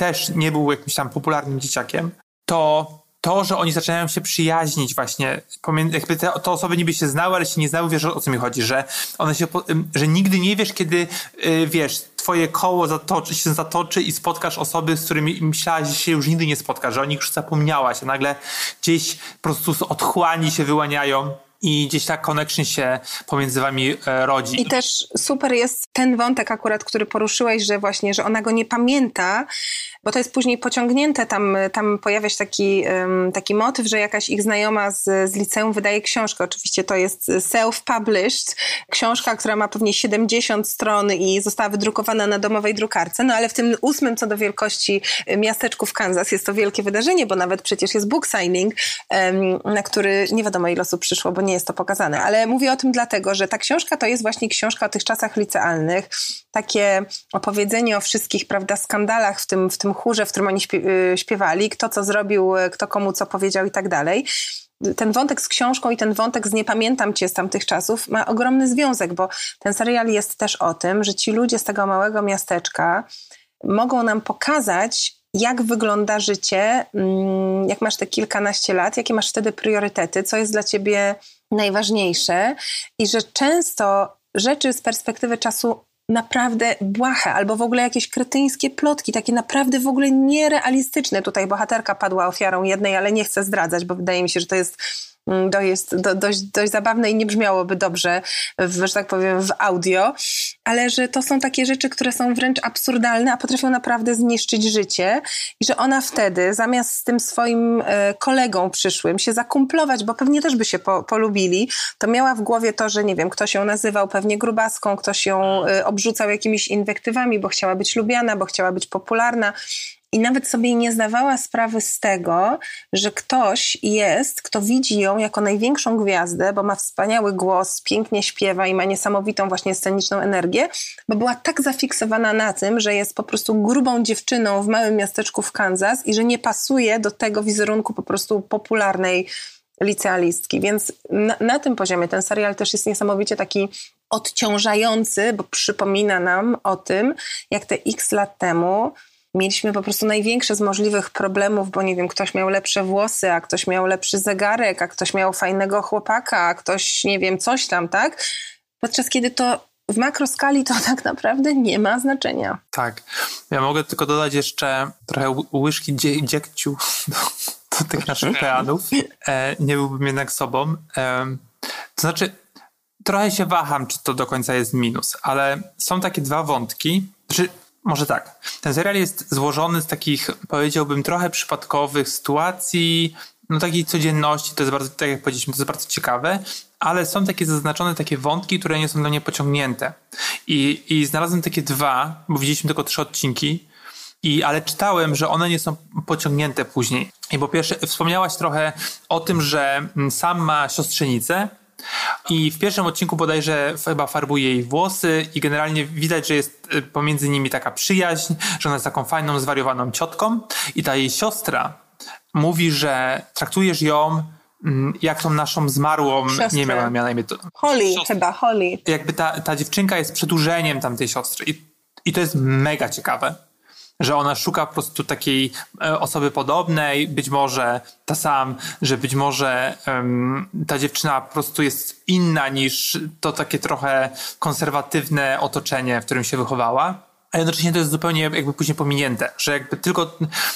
Speaker 3: też nie był jakimś tam popularnym dzieciakiem, to to, że oni zaczynają się przyjaźnić właśnie, pomiędzy, jakby te, te osoby niby się znały, ale się nie znały, wiesz o co mi chodzi, że one się, że nigdy nie wiesz, kiedy, yy, wiesz, twoje koło zatoczy, się zatoczy i spotkasz osoby, z którymi myślałaś, że się już nigdy nie spotkasz, że o nich już zapomniałaś, a nagle gdzieś po prostu z otchłani się wyłaniają i gdzieś tak connection się pomiędzy wami e, rodzi.
Speaker 2: I też super jest ten wątek akurat, który poruszyłeś, że właśnie, że ona go nie pamięta, bo to jest później pociągnięte, tam, tam pojawia się taki, um, taki motyw, że jakaś ich znajoma z, z liceum wydaje książkę. Oczywiście to jest self-published, książka, która ma pewnie siedemdziesiąt stron i została wydrukowana na domowej drukarce, no ale w tym ósmym co do wielkości miasteczku w Kansas jest to wielkie wydarzenie, bo nawet przecież jest book signing, um, na który nie wiadomo ile osób przyszło, bo nie jest to pokazane, ale mówię o tym dlatego, że ta książka to jest właśnie książka o tych czasach licealnych, takie opowiedzenie o wszystkich, prawda, skandalach w tym, w tym chórze, w którym oni śpiewali, kto co zrobił, kto komu co powiedział i tak dalej. Ten wątek z książką i ten wątek z nie pamiętam cię z tamtych czasów ma ogromny związek, bo ten serial jest też o tym, że ci ludzie z tego małego miasteczka mogą nam pokazać, jak wygląda życie, jak masz te kilkanaście lat, jakie masz wtedy priorytety, co jest dla ciebie najważniejsze i że często rzeczy z perspektywy czasu naprawdę błahe, albo w ogóle jakieś kretyńskie plotki, takie naprawdę w ogóle nierealistyczne. Tutaj bohaterka padła ofiarą jednej, ale nie chcę zdradzać, bo wydaje mi się, że to jest To jest do, dość, dość zabawne i nie brzmiałoby dobrze, w, że tak powiem, w audio, ale że to są takie rzeczy, które są wręcz absurdalne, a potrafią naprawdę zniszczyć życie i że ona wtedy zamiast z tym swoim e, kolegą przyszłym się zakumplować, bo pewnie też by się po, polubili, to miała w głowie to, że nie wiem, ktoś ją nazywał pewnie grubaską, ktoś ją e, obrzucał jakimiś inwektywami, bo chciała być lubiana, bo chciała być popularna. I nawet sobie nie zdawała sprawy z tego, że ktoś jest, kto widzi ją jako największą gwiazdę, bo ma wspaniały głos, pięknie śpiewa i ma niesamowitą właśnie sceniczną energię, bo była tak zafiksowana na tym, że jest po prostu grubą dziewczyną w małym miasteczku w Kansas i że nie pasuje do tego wizerunku po prostu popularnej licealistki. Więc na, na tym poziomie ten serial też jest niesamowicie taki odciążający, bo przypomina nam o tym, jak te x lat temu mieliśmy po prostu największe z możliwych problemów, bo nie wiem, ktoś miał lepsze włosy, a ktoś miał lepszy zegarek, a ktoś miał fajnego chłopaka, a ktoś, nie wiem, coś tam, tak? Podczas kiedy to w makroskali to tak naprawdę nie ma znaczenia.
Speaker 3: Tak. Ja mogę tylko dodać jeszcze trochę łyżki dzie- dziegciu do, do tych naszych peanów. E, nie byłbym jednak sobą. E, to znaczy, trochę się waham, czy to do końca jest minus, ale są takie dwa wątki, znaczy może tak. Ten serial jest złożony z takich, powiedziałbym, trochę przypadkowych sytuacji, no takiej codzienności, to jest bardzo, tak jak powiedzieliśmy, to jest bardzo ciekawe, ale są takie zaznaczone takie wątki, które nie są dla mnie pociągnięte. I, i znalazłem takie dwa, bo widzieliśmy tylko trzy odcinki, i, ale czytałem, że one nie są pociągnięte później. I po pierwsze, wspomniałaś trochę o tym, że Sam ma siostrzenicę, i w pierwszym odcinku bodajże chyba farbuje jej włosy i generalnie widać, że jest pomiędzy nimi taka przyjaźń, że ona jest taką fajną, zwariowaną ciotką i ta jej siostra mówi, że traktujesz ją jak tą naszą zmarłą, siostrę. Nie miałem na imię to.
Speaker 2: Holly siostrę. Chyba, Holly.
Speaker 3: Jakby ta, ta dziewczynka jest przedłużeniem tamtej siostry i, i to jest mega ciekawe, że ona szuka po prostu takiej osoby podobnej, być może ta sam, że być może um, ta dziewczyna po prostu jest inna niż to takie trochę konserwatywne otoczenie, w którym się wychowała. A jednocześnie to jest zupełnie jakby później pominięte, że jakby tylko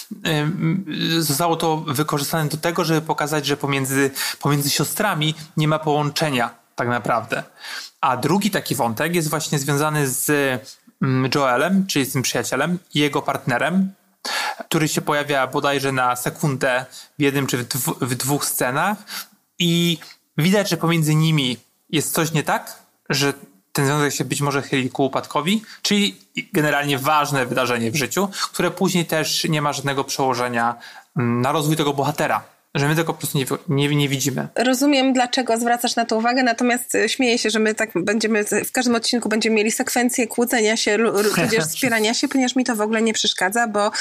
Speaker 3: um, zostało to wykorzystane do tego, żeby pokazać, że pomiędzy, pomiędzy siostrami nie ma połączenia tak naprawdę. A drugi taki wątek jest właśnie związany z Joelem, czyli z tym przyjacielem i jego partnerem, który się pojawia bodajże na sekundę w jednym czy w, dwu, w dwóch scenach i widać, że pomiędzy nimi jest coś nie tak, że ten związek się być może chyli ku upadkowi, czyli generalnie ważne wydarzenie w życiu, które później też nie ma żadnego przełożenia na rozwój tego bohatera. Że my tego po prostu nie, nie, nie widzimy.
Speaker 2: Rozumiem, dlaczego zwracasz na to uwagę, natomiast śmieję się, że my tak będziemy, w każdym odcinku będziemy mieli sekwencję kłócenia się, tudzież wspierania się, ponieważ mi to w ogóle nie przeszkadza, bo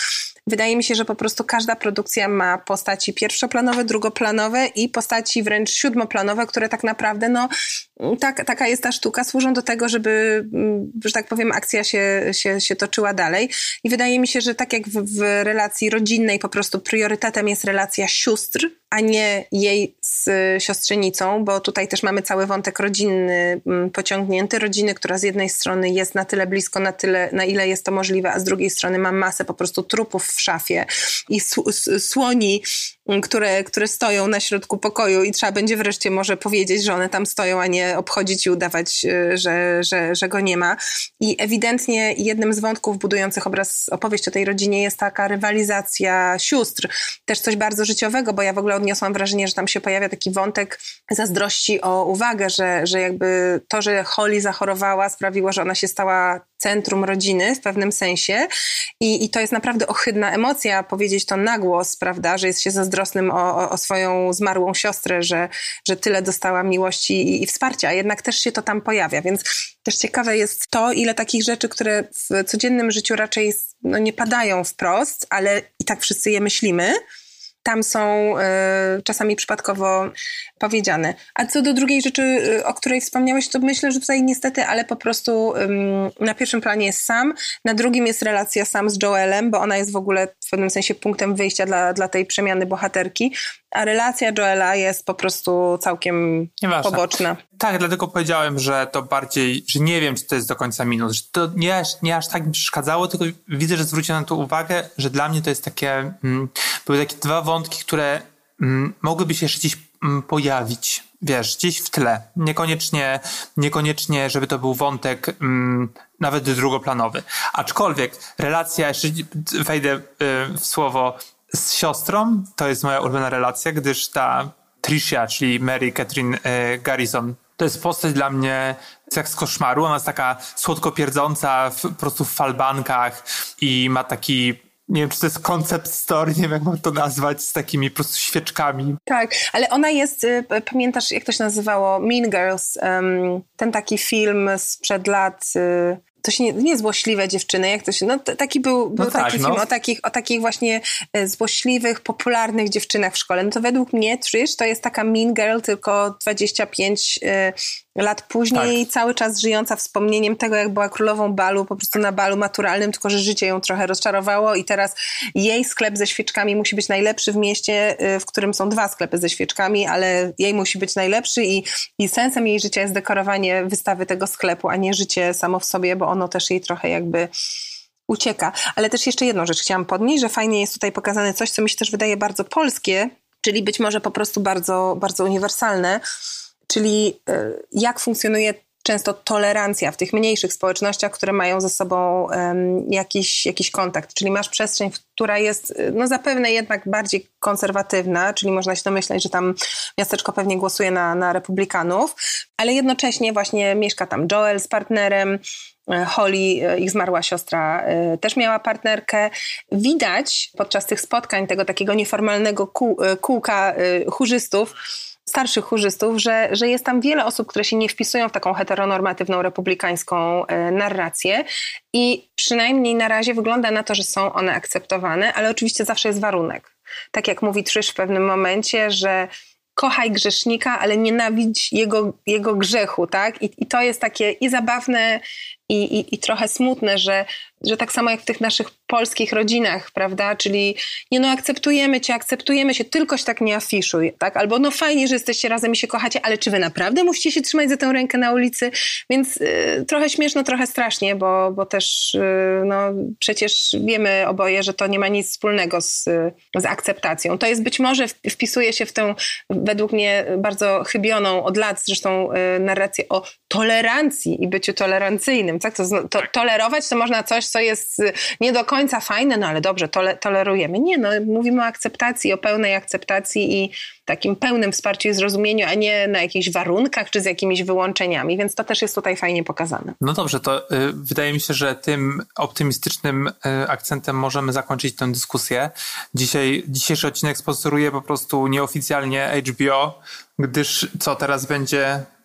Speaker 2: wydaje mi się, że po prostu każda produkcja ma postaci pierwszoplanowe, drugoplanowe i postaci wręcz siódmoplanowe, które tak naprawdę, no tak, taka jest ta sztuka, służą do tego, żeby, że tak powiem, akcja się, się, się toczyła dalej. I wydaje mi się, że tak jak w, w relacji rodzinnej po prostu priorytetem jest relacja sióstr, a nie jej z siostrzenicą, bo tutaj też mamy cały wątek rodzinny pociągnięty. Rodziny, która z jednej strony jest na tyle blisko, na tyle, na ile jest to możliwe, a z drugiej strony ma masę po prostu trupów w szafie i słoni, które, które stoją na środku pokoju i trzeba będzie wreszcie może powiedzieć, że one tam stoją, a nie obchodzić i udawać, że, że, że go nie ma. I ewidentnie jednym z wątków budujących obraz, opowieść o tej rodzinie jest taka rywalizacja sióstr. Też coś bardzo życiowego, bo ja w ogóle odniosłam wrażenie, że tam się pojawia taki wątek zazdrości o uwagę, że, że jakby to, że Holly zachorowała, sprawiło, że ona się stała centrum rodziny w pewnym sensie i, i to jest naprawdę ohydna emocja, powiedzieć to na głos, prawda, że jest się zazdrosnym o, o, o swoją zmarłą siostrę, że, że tyle dostała miłości i, i wsparcia, a jednak też się to tam pojawia, więc też ciekawe jest to, ile takich rzeczy, które w codziennym życiu raczej no, nie padają wprost, ale i tak wszyscy je myślimy, tam są y, czasami przypadkowo powiedziane. A co do drugiej rzeczy, y, o której wspomniałeś, to myślę, że tutaj niestety, ale po prostu y, na pierwszym planie jest Sam, na drugim jest relacja Sam z Joelem, bo ona jest w ogóle w pewnym sensie punktem wyjścia dla, dla tej przemiany bohaterki, a relacja Joela jest po prostu całkiem Nieważne. poboczna.
Speaker 3: Tak, dlatego powiedziałem, że to bardziej, że nie wiem, czy to jest do końca minus, że to nie, nie aż tak mi przeszkadzało, tylko widzę, że zwróciłem na to uwagę, że dla mnie to jest takie, mm, były takie dwa wątki, które mm, mogłyby się jeszcze gdzieś mm, pojawić, wiesz, gdzieś w tle. Niekoniecznie, niekoniecznie, żeby to był wątek mm, nawet drugoplanowy. Aczkolwiek relacja, jeszcze wejdę y, w słowo, z siostrą, to jest moja ulubiona relacja, gdyż ta Tricia, czyli Mary Catherine y, Garrison, to jest postać dla mnie jak z koszmaru. Ona jest taka słodko pierdząca, w, po prostu w falbankach i ma taki, nie wiem, czy to jest concept story, nie wiem, jak mam to nazwać, z takimi po prostu świeczkami.
Speaker 2: Tak, ale ona jest, y, pamiętasz, jak to się nazywało? Mean Girls, um, ten taki film sprzed lat... Y, to się nie, nie złośliwe dziewczyny, jak to się, no t- taki był, był no taki tak, film no. o takich, o takich właśnie e, złośliwych, popularnych dziewczynach w szkole. No to według mnie Trish to jest taka mean girl, tylko dwadzieścia pięć e, lat później, tak. cały czas żyjąca wspomnieniem tego, jak była królową balu, po prostu na balu maturalnym, tylko że życie ją trochę rozczarowało i teraz jej sklep ze świeczkami musi być najlepszy w mieście, e, w którym są dwa sklepy ze świeczkami, ale jej musi być najlepszy i, i sensem jej życia jest dekorowanie wystawy tego sklepu, a nie życie samo w sobie, bo ono też jej trochę jakby ucieka. Ale też jeszcze jedną rzecz chciałam podnieść, że fajnie jest tutaj pokazane coś, co mi się też wydaje bardzo polskie, czyli być może po prostu bardzo, bardzo uniwersalne, czyli jak funkcjonuje często tolerancja w tych mniejszych społecznościach, które mają ze sobą um, jakiś, jakiś kontakt. Czyli masz przestrzeń, która jest no zapewne jednak bardziej konserwatywna, czyli można się domyśleć, że tam miasteczko pewnie głosuje na, na republikanów, ale jednocześnie właśnie mieszka tam Joel z partnerem, Holly, ich zmarła siostra, też miała partnerkę. Widać podczas tych spotkań tego takiego nieformalnego kół, kółka chórzystów, starszych chórzystów, że, że jest tam wiele osób, które się nie wpisują w taką heteronormatywną, republikańską e, narrację i przynajmniej na razie wygląda na to, że są one akceptowane, ale oczywiście zawsze jest warunek. Tak jak mówi Trish w pewnym momencie, że kochaj grzesznika, ale nienawidź jego, jego grzechu, tak? I, i to jest takie i zabawne, i, i, i trochę smutne, że, że tak samo jak w tych naszych polskich rodzinach, prawda? Czyli nie no, akceptujemy cię, akceptujemy się, tylko się tak nie afiszuj, tak? Albo no fajnie, że jesteście razem i się kochacie, ale czy wy naprawdę musicie się trzymać za tę rękę na ulicy? Więc y, trochę śmieszno, trochę strasznie, bo, bo też y, no przecież wiemy oboje, że to nie ma nic wspólnego z, z akceptacją. To jest być może, wpisuje się w tę według mnie bardzo chybioną od lat zresztą y, narrację o tolerancji i byciu tolerancyjnym. Tak? To, to, tolerować to można coś, co jest nie do końca fajne, no ale dobrze, tole, tolerujemy. Nie, no mówimy o akceptacji, o pełnej akceptacji i takim pełnym wsparciu i zrozumieniu, a nie na jakichś warunkach czy z jakimiś wyłączeniami, więc to też jest tutaj fajnie pokazane.
Speaker 3: No dobrze, to y, wydaje mi się, że tym optymistycznym y, akcentem możemy zakończyć tę dyskusję. Dzisiaj, dzisiejszy odcinek sponsoruje po prostu nieoficjalnie H B O, gdyż co teraz będzie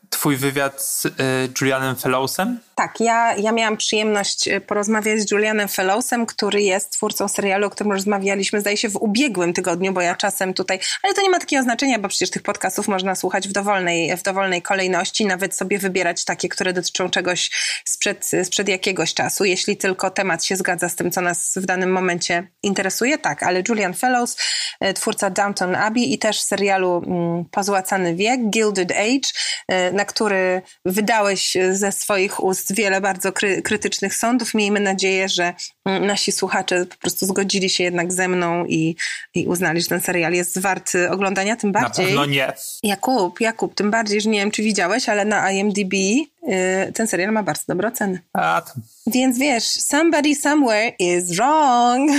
Speaker 3: twój wywiad z y, Julianem Fellowsem?
Speaker 2: Tak, ja, ja miałam przyjemność porozmawiać z Julianem Fellowsem, który jest twórcą serialu, o którym rozmawialiśmy, zdaje się, w ubiegłym tygodniu, bo ja czasem tutaj... Ale to nie ma takiego znaczenia, bo przecież tych podcastów można słuchać w dowolnej, w dowolnej kolejności, nawet sobie wybierać takie, które dotyczą czegoś sprzed, sprzed jakiegoś czasu, jeśli tylko temat się zgadza z tym, co nas w danym momencie interesuje. Tak, ale Julian Fellows, twórca Downton Abbey i też serialu mm, Pozłacany wiek, Gilded Age, na który wydałeś ze swoich ust wiele bardzo kry- krytycznych sądów. Miejmy nadzieję, że nasi słuchacze po prostu zgodzili się jednak ze mną i, i uznali, że ten serial jest wart oglądania, tym bardziej...
Speaker 3: Na pewno nie.
Speaker 2: Jakub, Jakub, tym bardziej, że nie wiem, czy widziałeś, ale na I M D B yy, ten serial ma bardzo dobre oceny.
Speaker 3: A, to...
Speaker 2: Więc wiesz, somebody somewhere is wrong.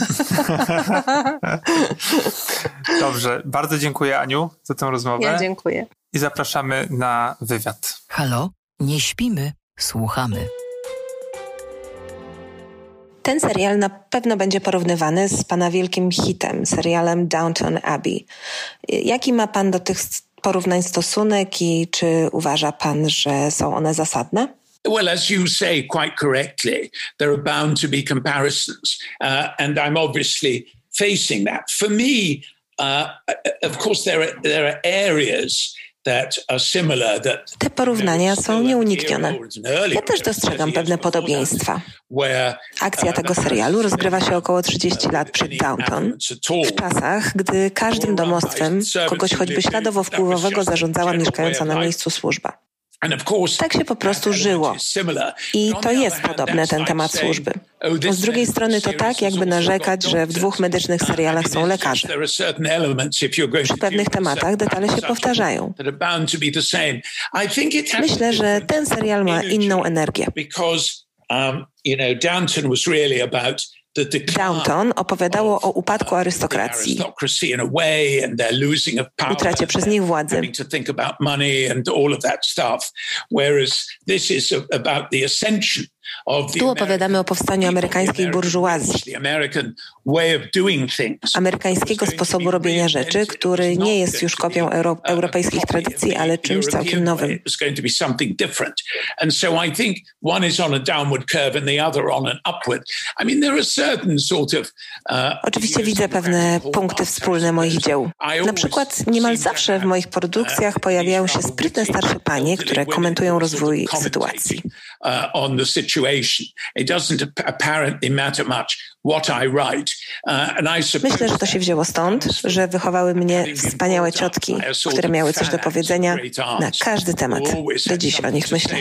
Speaker 3: Dobrze, bardzo dziękuję, Aniu, za tę rozmowę.
Speaker 2: Ja dziękuję.
Speaker 3: I zapraszamy na wywiad.
Speaker 1: Halo? Nie śpimy, słuchamy.
Speaker 2: Ten serial na pewno będzie porównywany z pana wielkim hitem, serialem Downton Abbey. Jaki ma pan do tych porównań stosunek i czy uważa pan, że są one zasadne?
Speaker 6: Well, as you say quite correctly, there are bound to be comparisons, uh, and I'm obviously facing that. For me, uh, of course, there are, there are areas that are similar, that
Speaker 2: Te porównania są nieuniknione. Ja też dostrzegam pewne podobieństwa. Akcja tego serialu rozgrywa się około trzydzieści lat przed Downton, w czasach, gdy każdym domostwem kogoś choćby śladowo wpływowego zarządzała mieszkająca na miejscu służba. Tak się po prostu żyło. I to jest podobne, ten temat służby. Z drugiej strony to tak, jakby narzekać, że w dwóch medycznych serialach są lekarze. Przy pewnych tematach detale się powtarzają. Myślę, że ten serial ma inną energię. Downton opowiadało o upadku arystokracji, utracie przez nich władzy. Tu opowiadamy o powstaniu amerykańskiej burżuazji, amerykańskiego sposobu robienia rzeczy, który nie jest już kopią euro- europejskich tradycji, ale czymś całkiem nowym. Oczywiście widzę pewne punkty wspólne moich dzieł. Na przykład niemal zawsze w moich produkcjach pojawiają się sprytne starsze panie, które komentują rozwój sytuacji. Myślę, że to się wzięło stąd, że wychowały mnie wspaniałe ciotki, które miały coś do powiedzenia na każdy temat. Do dziś o nich myślę.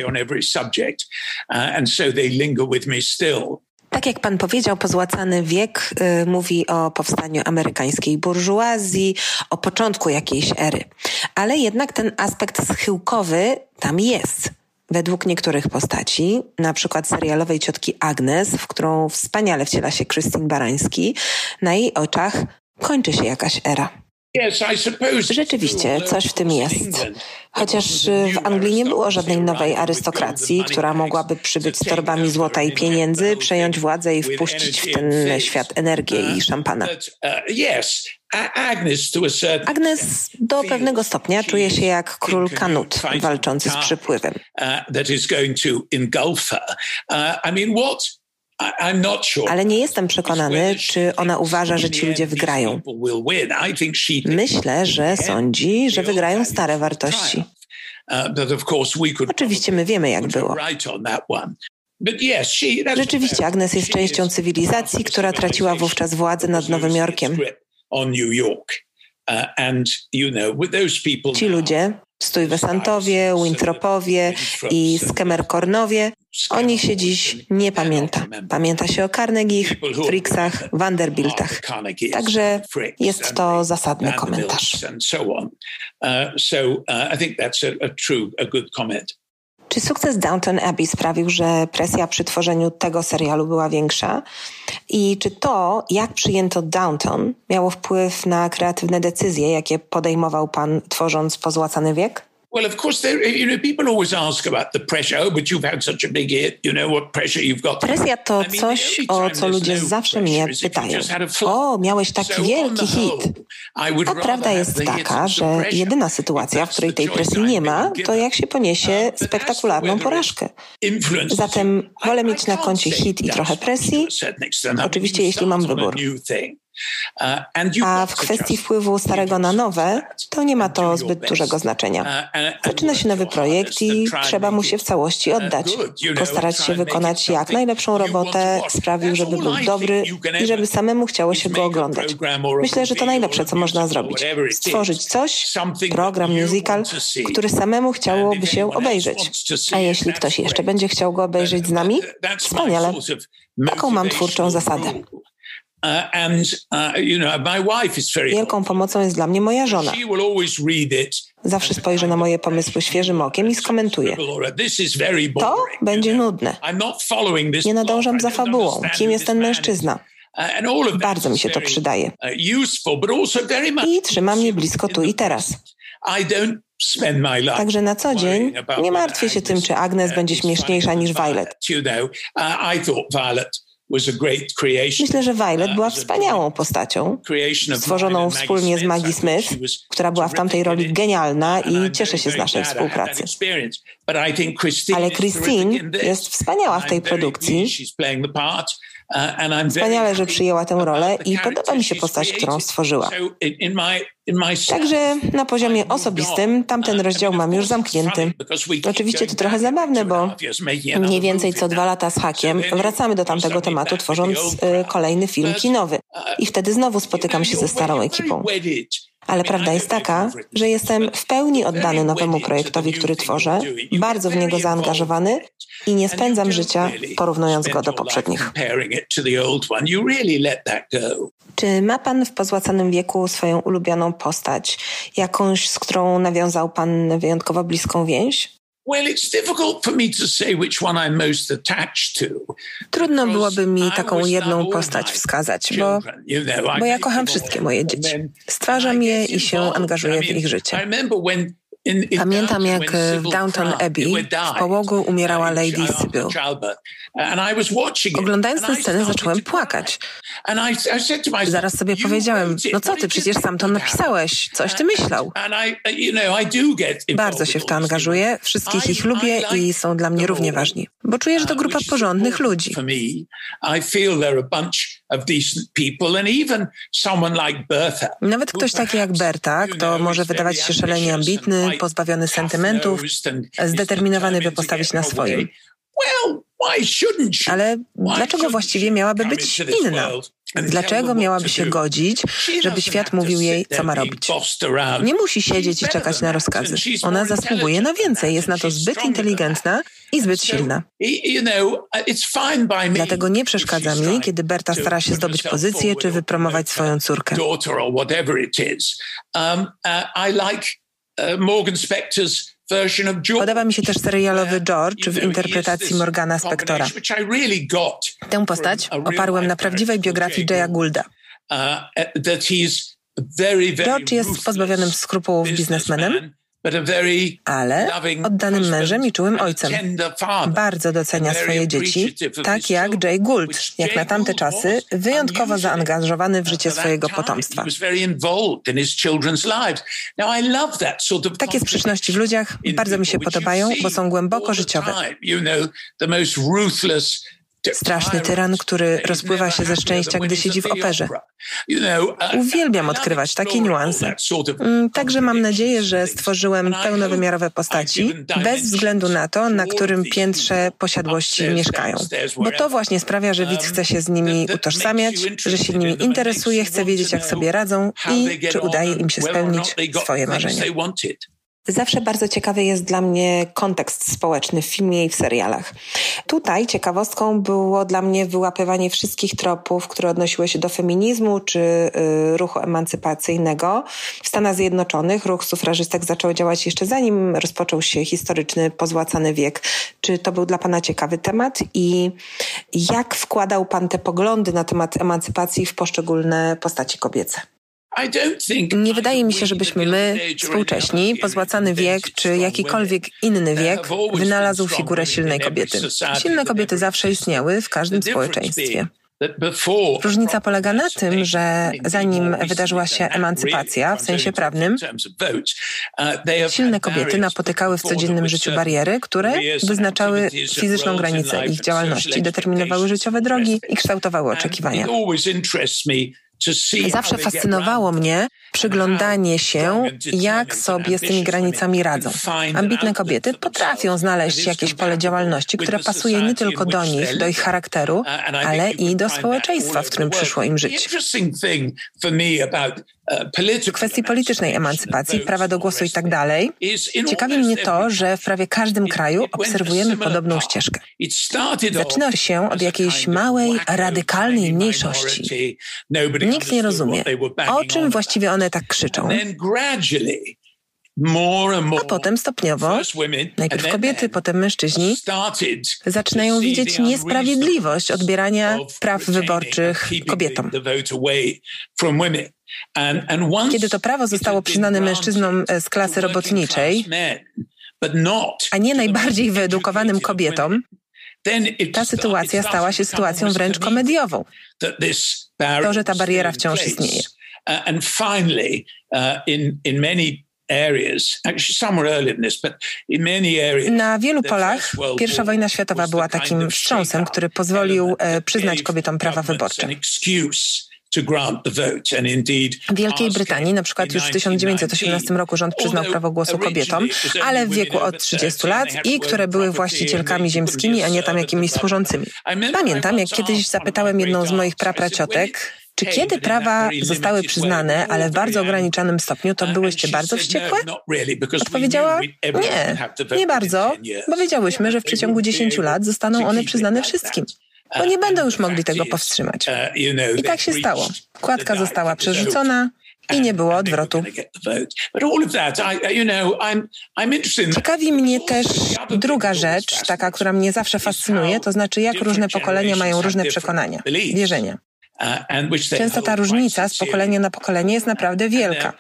Speaker 2: Tak jak pan powiedział, Pozłacany wiek y, mówi o powstaniu amerykańskiej burżuazji, o początku jakiejś ery. Ale jednak ten aspekt schyłkowy tam jest. Według niektórych postaci, na przykład serialowej ciotki Agnes, w którą wspaniale wciela się Christine Baranski, na jej oczach kończy się jakaś era. Rzeczywiście, coś w tym jest. Chociaż w Anglii nie było żadnej nowej arystokracji, która mogłaby przybyć z torbami złota i pieniędzy, przejąć władzę i wpuścić w ten świat energię i szampana. Agnes do pewnego stopnia czuje się jak król Kanut walczący z przypływem. Ale nie jestem przekonany, czy ona uważa, że ci ludzie wygrają. Myślę, że sądzi, że wygrają stare wartości. Oczywiście my wiemy, jak było. Rzeczywiście Agnes jest częścią cywilizacji, która traciła wówczas władzę nad Nowym Jorkiem. Ci ludzie, Stuyvesantowie, Winthropowie i Skemerkornowie, o nich się dziś nie pamięta. Pamięta się o Carnegiech, Fricksach, Vanderbiltach. Także jest to zasadny komentarz. Czy sukces Downton Abbey sprawił, że presja przy tworzeniu tego serialu była większa? I czy to, jak przyjęto Downton, miało wpływ na kreatywne decyzje, jakie podejmował pan, tworząc Pozłacany wiek?
Speaker 6: Well, of course, there, you know, people always ask about the pressure. Oh, but you've had such a big hit. You know what pressure you've got.
Speaker 2: Presja to coś, o co ludzie zawsze mnie pytają. O, miałeś taki wielki hit. A prawda jest taka, że jedyna sytuacja, w której tej presji nie ma, to jak się poniesie spektakularną porażkę. Zatem wolę mieć na koncie hit i trochę presji, oczywiście jeśli mam wybór. A w kwestii wpływu starego na nowe, to nie ma to zbyt dużego znaczenia. Zaczyna się nowy projekt i trzeba mu się w całości oddać. Postarać się wykonać jak najlepszą robotę, sprawił, żeby był dobry i żeby samemu chciało się go oglądać. Myślę, że to najlepsze, co można zrobić. Stworzyć coś, program, musical, który samemu chciałoby się obejrzeć. A jeśli ktoś jeszcze będzie chciał go obejrzeć z nami, wspaniale. Taką mam twórczą zasadę. Wielką pomocą jest dla mnie moja żona. Zawsze spojrzy na moje pomysły świeżym okiem i skomentuje. To będzie nudne. Nie nadążam za fabułą. Kim jest ten mężczyzna? Bardzo mi się to przydaje. I trzyma mnie blisko tu i teraz. Także na co dzień nie martwię się tym, czy Agnes będzie śmieszniejsza niż Violet. Myślę, że Violet była wspaniałą postacią, stworzoną wspólnie z Maggie Smith, która była w tamtej roli genialna i cieszę się z naszej współpracy. Ale Christine jest wspaniała w tej produkcji. Wspaniale, że przyjęła tę rolę i podoba mi się postać, którą stworzyła. Także na poziomie osobistym tamten rozdział mam już zamknięty. Oczywiście to trochę zabawne, bo mniej więcej co dwa lata z hakiem wracamy do tamtego tematu, tworząc y, kolejny film kinowy. I wtedy znowu spotykam się ze starą ekipą. Ale prawda jest taka, że jestem w pełni oddany nowemu projektowi, który tworzę, bardzo w niego zaangażowany i nie spędzam życia porównując go do poprzednich. Czy ma pan w pozłacanym wieku swoją ulubioną postać, jakąś, z którą nawiązał pan wyjątkowo bliską więź? Trudno byłoby mi taką jedną postać wskazać, bo, bo ja kocham wszystkie moje dzieci. Stwarzam je i się angażuję w ich życie. Pamiętam, jak w Downton Abbey w połogu umierała Lady Sybil. Oglądając tę scenę zacząłem płakać. Zaraz sobie powiedziałem, no co ty, przecież sam to napisałeś, coś ty myślał. Bardzo się w to angażuję, wszystkich ich lubię i są dla mnie równie ważni, bo czuję, że to grupa porządnych ludzi. Nawet ktoś taki jak Berta, kto może wydawać się szalenie ambitny, pozbawiony sentymentów, zdeterminowany, by postawić na swoim. Ale dlaczego właściwie miałaby być inna? Dlaczego miałaby się godzić, żeby świat mówił jej, co ma robić? Nie musi siedzieć i czekać na rozkazy. Ona zasługuje na więcej, jest na to zbyt inteligentna i zbyt silna. Dlatego nie przeszkadza mi, kiedy Berta stara się zdobyć pozycję czy wypromować swoją córkę. Podoba mi się też serialowy George w interpretacji Morgana Spectora. Tę postać oparłem na prawdziwej biografii Jaya Goulda. George jest pozbawionym skrupułów biznesmenem, ale oddanym mężem i czułym ojcem. Bardzo docenia swoje dzieci, tak jak Jay Gould, jak na tamte czasy, wyjątkowo zaangażowany w życie swojego potomstwa. Takie sprzeczności w ludziach bardzo mi się podobają, bo są głęboko życiowe. Straszny tyran, który rozpływa się ze szczęścia, gdy siedzi w operze. Uwielbiam odkrywać takie niuanse. Także mam nadzieję, że stworzyłem pełnowymiarowe postaci, bez względu na to, na którym piętrze posiadłości mieszkają. Bo to właśnie sprawia, że widz chce się z nimi utożsamiać, że się nimi interesuje, chce wiedzieć, jak sobie radzą i czy udaje im się spełnić swoje marzenia. Zawsze bardzo ciekawy jest dla mnie kontekst społeczny w filmie i w serialach. Tutaj ciekawostką było dla mnie wyłapywanie wszystkich tropów, które odnosiły się do feminizmu czy y, ruchu emancypacyjnego. W Stanach Zjednoczonych ruch sufrażystek zaczął działać jeszcze zanim rozpoczął się historyczny, pozłacany wiek. Czy to był dla pana ciekawy temat i jak wkładał pan te poglądy na temat emancypacji w poszczególne postaci kobiece? Nie wydaje mi się, żebyśmy my, współcześni, pozłacany wiek czy jakikolwiek inny wiek, wynalazł figurę silnej kobiety. Silne kobiety zawsze istniały w każdym społeczeństwie. Różnica polega na tym, że zanim wydarzyła się emancypacja w sensie prawnym, silne kobiety napotykały w codziennym życiu bariery, które wyznaczały fizyczną granicę ich działalności, determinowały życiowe drogi i kształtowały oczekiwania. Zawsze fascynowało mnie przyglądanie się, jak sobie z tymi granicami radzą. Ambitne kobiety potrafią znaleźć jakieś pole działalności, które pasuje nie tylko do nich, do ich charakteru, ale i do społeczeństwa, w którym przyszło im żyć. W kwestii politycznej emancypacji, prawa do głosu i tak dalej, ciekawi mnie to, że w prawie każdym kraju obserwujemy podobną ścieżkę. Zaczyna się od jakiejś małej, radykalnej mniejszości. Nikt nie rozumie, o czym właściwie one tak krzyczą. A potem stopniowo, najpierw kobiety, potem mężczyźni, zaczynają widzieć niesprawiedliwość odbierania praw wyborczych kobietom. Kiedy to prawo zostało przyznane mężczyznom z klasy robotniczej, a nie najbardziej wyedukowanym kobietom, ta sytuacja stała się sytuacją wręcz komediową. To, że ta bariera wciąż istnieje. Na wielu polach pierwsza wojna światowa była takim wstrząsem, który pozwolił przyznać kobietom prawa wyborcze. W Wielkiej Brytanii na przykład już w tysiąc dziewięćset osiemnastym roku rząd przyznał prawo głosu kobietom, ale w wieku od trzydziestu lat i które były właścicielkami ziemskimi, a nie tam jakimiś służącymi. Pamiętam, jak kiedyś zapytałem jedną z moich prapraciotek, czy kiedy prawa zostały przyznane, ale w bardzo ograniczonym stopniu, to byłyście bardzo wściekłe? Odpowiedziała, nie, nie bardzo, bo wiedziałyśmy, że w przeciągu dziesięciu lat zostaną one przyznane wszystkim, bo nie będą już mogli tego powstrzymać. I tak się stało. Kładka została przerzucona i nie było odwrotu. Ciekawi mnie też druga rzecz, taka, która mnie zawsze fascynuje, to znaczy jak różne pokolenia mają różne przekonania, wierzenia. Często ta różnica z pokolenia na pokolenie jest naprawdę wielka.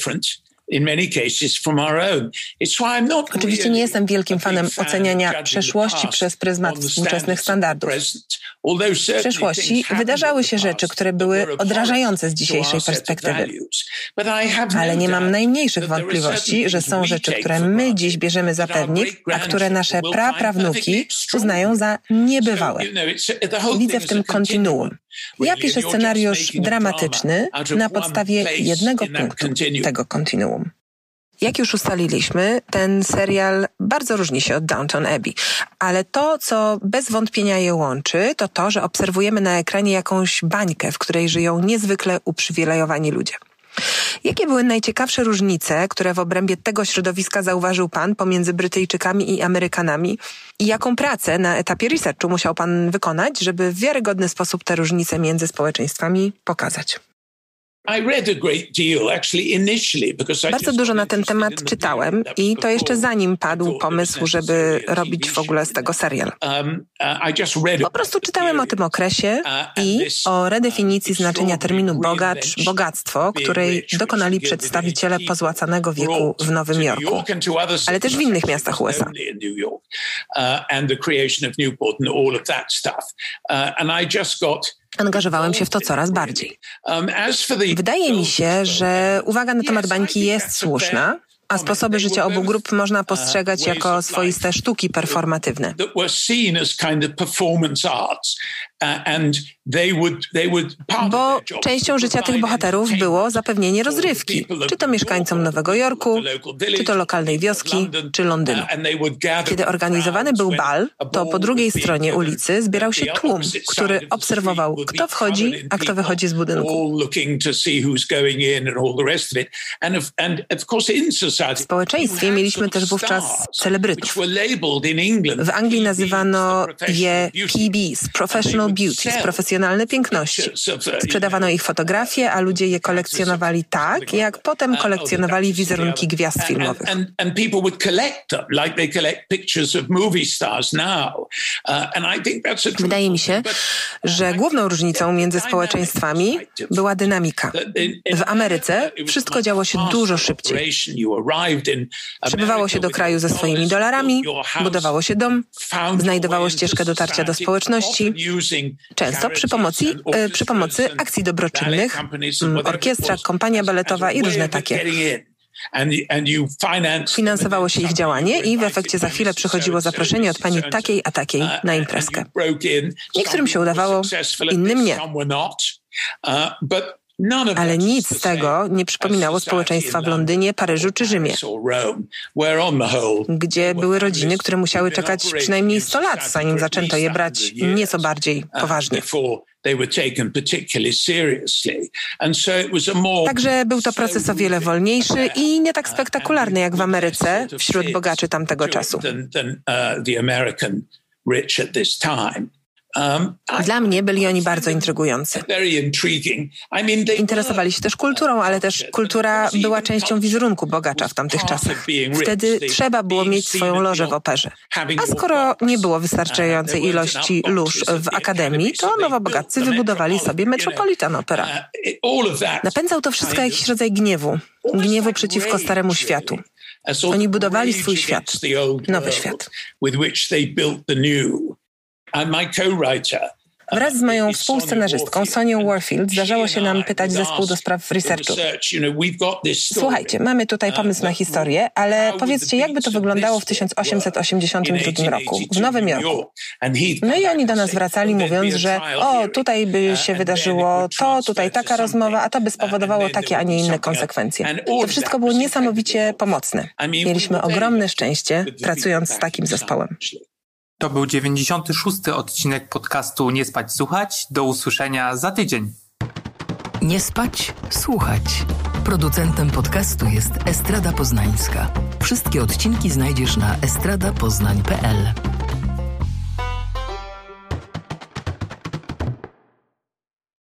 Speaker 2: Oczywiście nie jestem wielkim fanem oceniania przeszłości przez pryzmat współczesnych standardów. W przeszłości wydarzały się rzeczy, które były odrażające z dzisiejszej perspektywy. Ale nie mam najmniejszych wątpliwości, że są rzeczy, które my dziś bierzemy za pewnik, a które nasze praprawnuki uznają za niebywałe. Widzę w tym kontinuum. Ja piszę scenariusz dramatyczny na podstawie jednego punktu tego kontinuum. Jak już ustaliliśmy, ten serial bardzo różni się od Downton Abbey, ale to, co bez wątpienia je łączy, to to, że obserwujemy na ekranie jakąś bańkę, w której żyją niezwykle uprzywilejowani ludzie. Jakie były najciekawsze różnice, które w obrębie tego środowiska zauważył Pan pomiędzy Brytyjczykami i Amerykanami? I jaką pracę na etapie researchu musiał Pan wykonać, żeby w wiarygodny sposób te różnice między społeczeństwami pokazać? Bardzo dużo na ten temat czytałem i to jeszcze zanim padł pomysł, żeby robić w ogóle z tego serial. Po prostu czytałem o tym okresie i o redefinicji znaczenia terminu bogacz, bogactwo, której dokonali przedstawiciele pozłacanego wieku w Nowym Jorku, ale też w innych miastach U S A. Angażowałem się w to coraz bardziej. Wydaje mi się, że uwaga na temat bańki jest słuszna, a sposoby życia obu grup można postrzegać jako swoiste sztuki performatywne. Bo częścią życia tych bohaterów było zapewnienie rozrywki, czy to mieszkańcom Nowego Jorku, czy to lokalnej wioski, czy Londynu. Kiedy organizowany był bal, to po drugiej stronie ulicy zbierał się tłum, który obserwował, kto wchodzi, a kto wychodzi z budynku. W społeczeństwie mieliśmy też wówczas celebrytów. W Anglii nazywano je P Bs, Professional beauties, profesjonalne piękności. Sprzedawano ich fotografie, a ludzie je kolekcjonowali tak, jak potem kolekcjonowali wizerunki gwiazd filmowych. Wydaje mi się, że główną różnicą między społeczeństwami była dynamika. W Ameryce wszystko działo się dużo szybciej. Przybywało się do kraju ze swoimi dolarami, budowało się dom, znajdowało ścieżkę dotarcia do społeczności, często przy pomocy, e, przy pomocy akcji dobroczynnych, orkiestra, kompania baletowa i różne takie. Finansowało się ich działanie i w efekcie za chwilę przychodziło zaproszenie od pani takiej a takiej na imprezkę. Niektórym się udawało, innym nie. Ale nic z tego nie przypominało społeczeństwa w Londynie, Paryżu czy Rzymie, gdzie były rodziny, które musiały czekać przynajmniej sto lat, zanim zaczęto je brać nieco bardziej poważnie. Także był to proces o wiele wolniejszy i nie tak spektakularny jak w Ameryce wśród bogaczy tamtego czasu. Dla mnie byli oni bardzo intrygujący. Interesowali się też kulturą, ale też kultura była częścią wizerunku bogacza w tamtych czasach. Wtedy trzeba było mieć swoją lożę w operze. A skoro nie było wystarczającej ilości lóż w akademii, to nowobogatcy wybudowali sobie Metropolitan Opera. Napędzał to wszystko jakiś rodzaj gniewu. Gniewu przeciwko staremu światu. Oni budowali swój świat, nowy świat. Wraz z moją współscenarzystką Sonią Warfield zdarzało się nam pytać zespół do spraw researchu. Słuchajcie, mamy tutaj pomysł na historię, ale powiedzcie, jakby to wyglądało w tysiąc osiemset osiemdziesiątym drugim roku, w Nowym Jorku. No i oni do nas wracali, mówiąc, że o, tutaj by się wydarzyło to, tutaj taka rozmowa, a to by spowodowało takie, a nie inne konsekwencje. To wszystko było niesamowicie pomocne. Mieliśmy ogromne szczęście, pracując z takim zespołem.
Speaker 3: To był dziewięćdziesiąty szósty odcinek podcastu Nie spać, słuchać. Do usłyszenia za tydzień.
Speaker 1: Nie spać, słuchać. Producentem podcastu jest Estrada Poznańska. Wszystkie odcinki znajdziesz na estrada poznań kropka p l.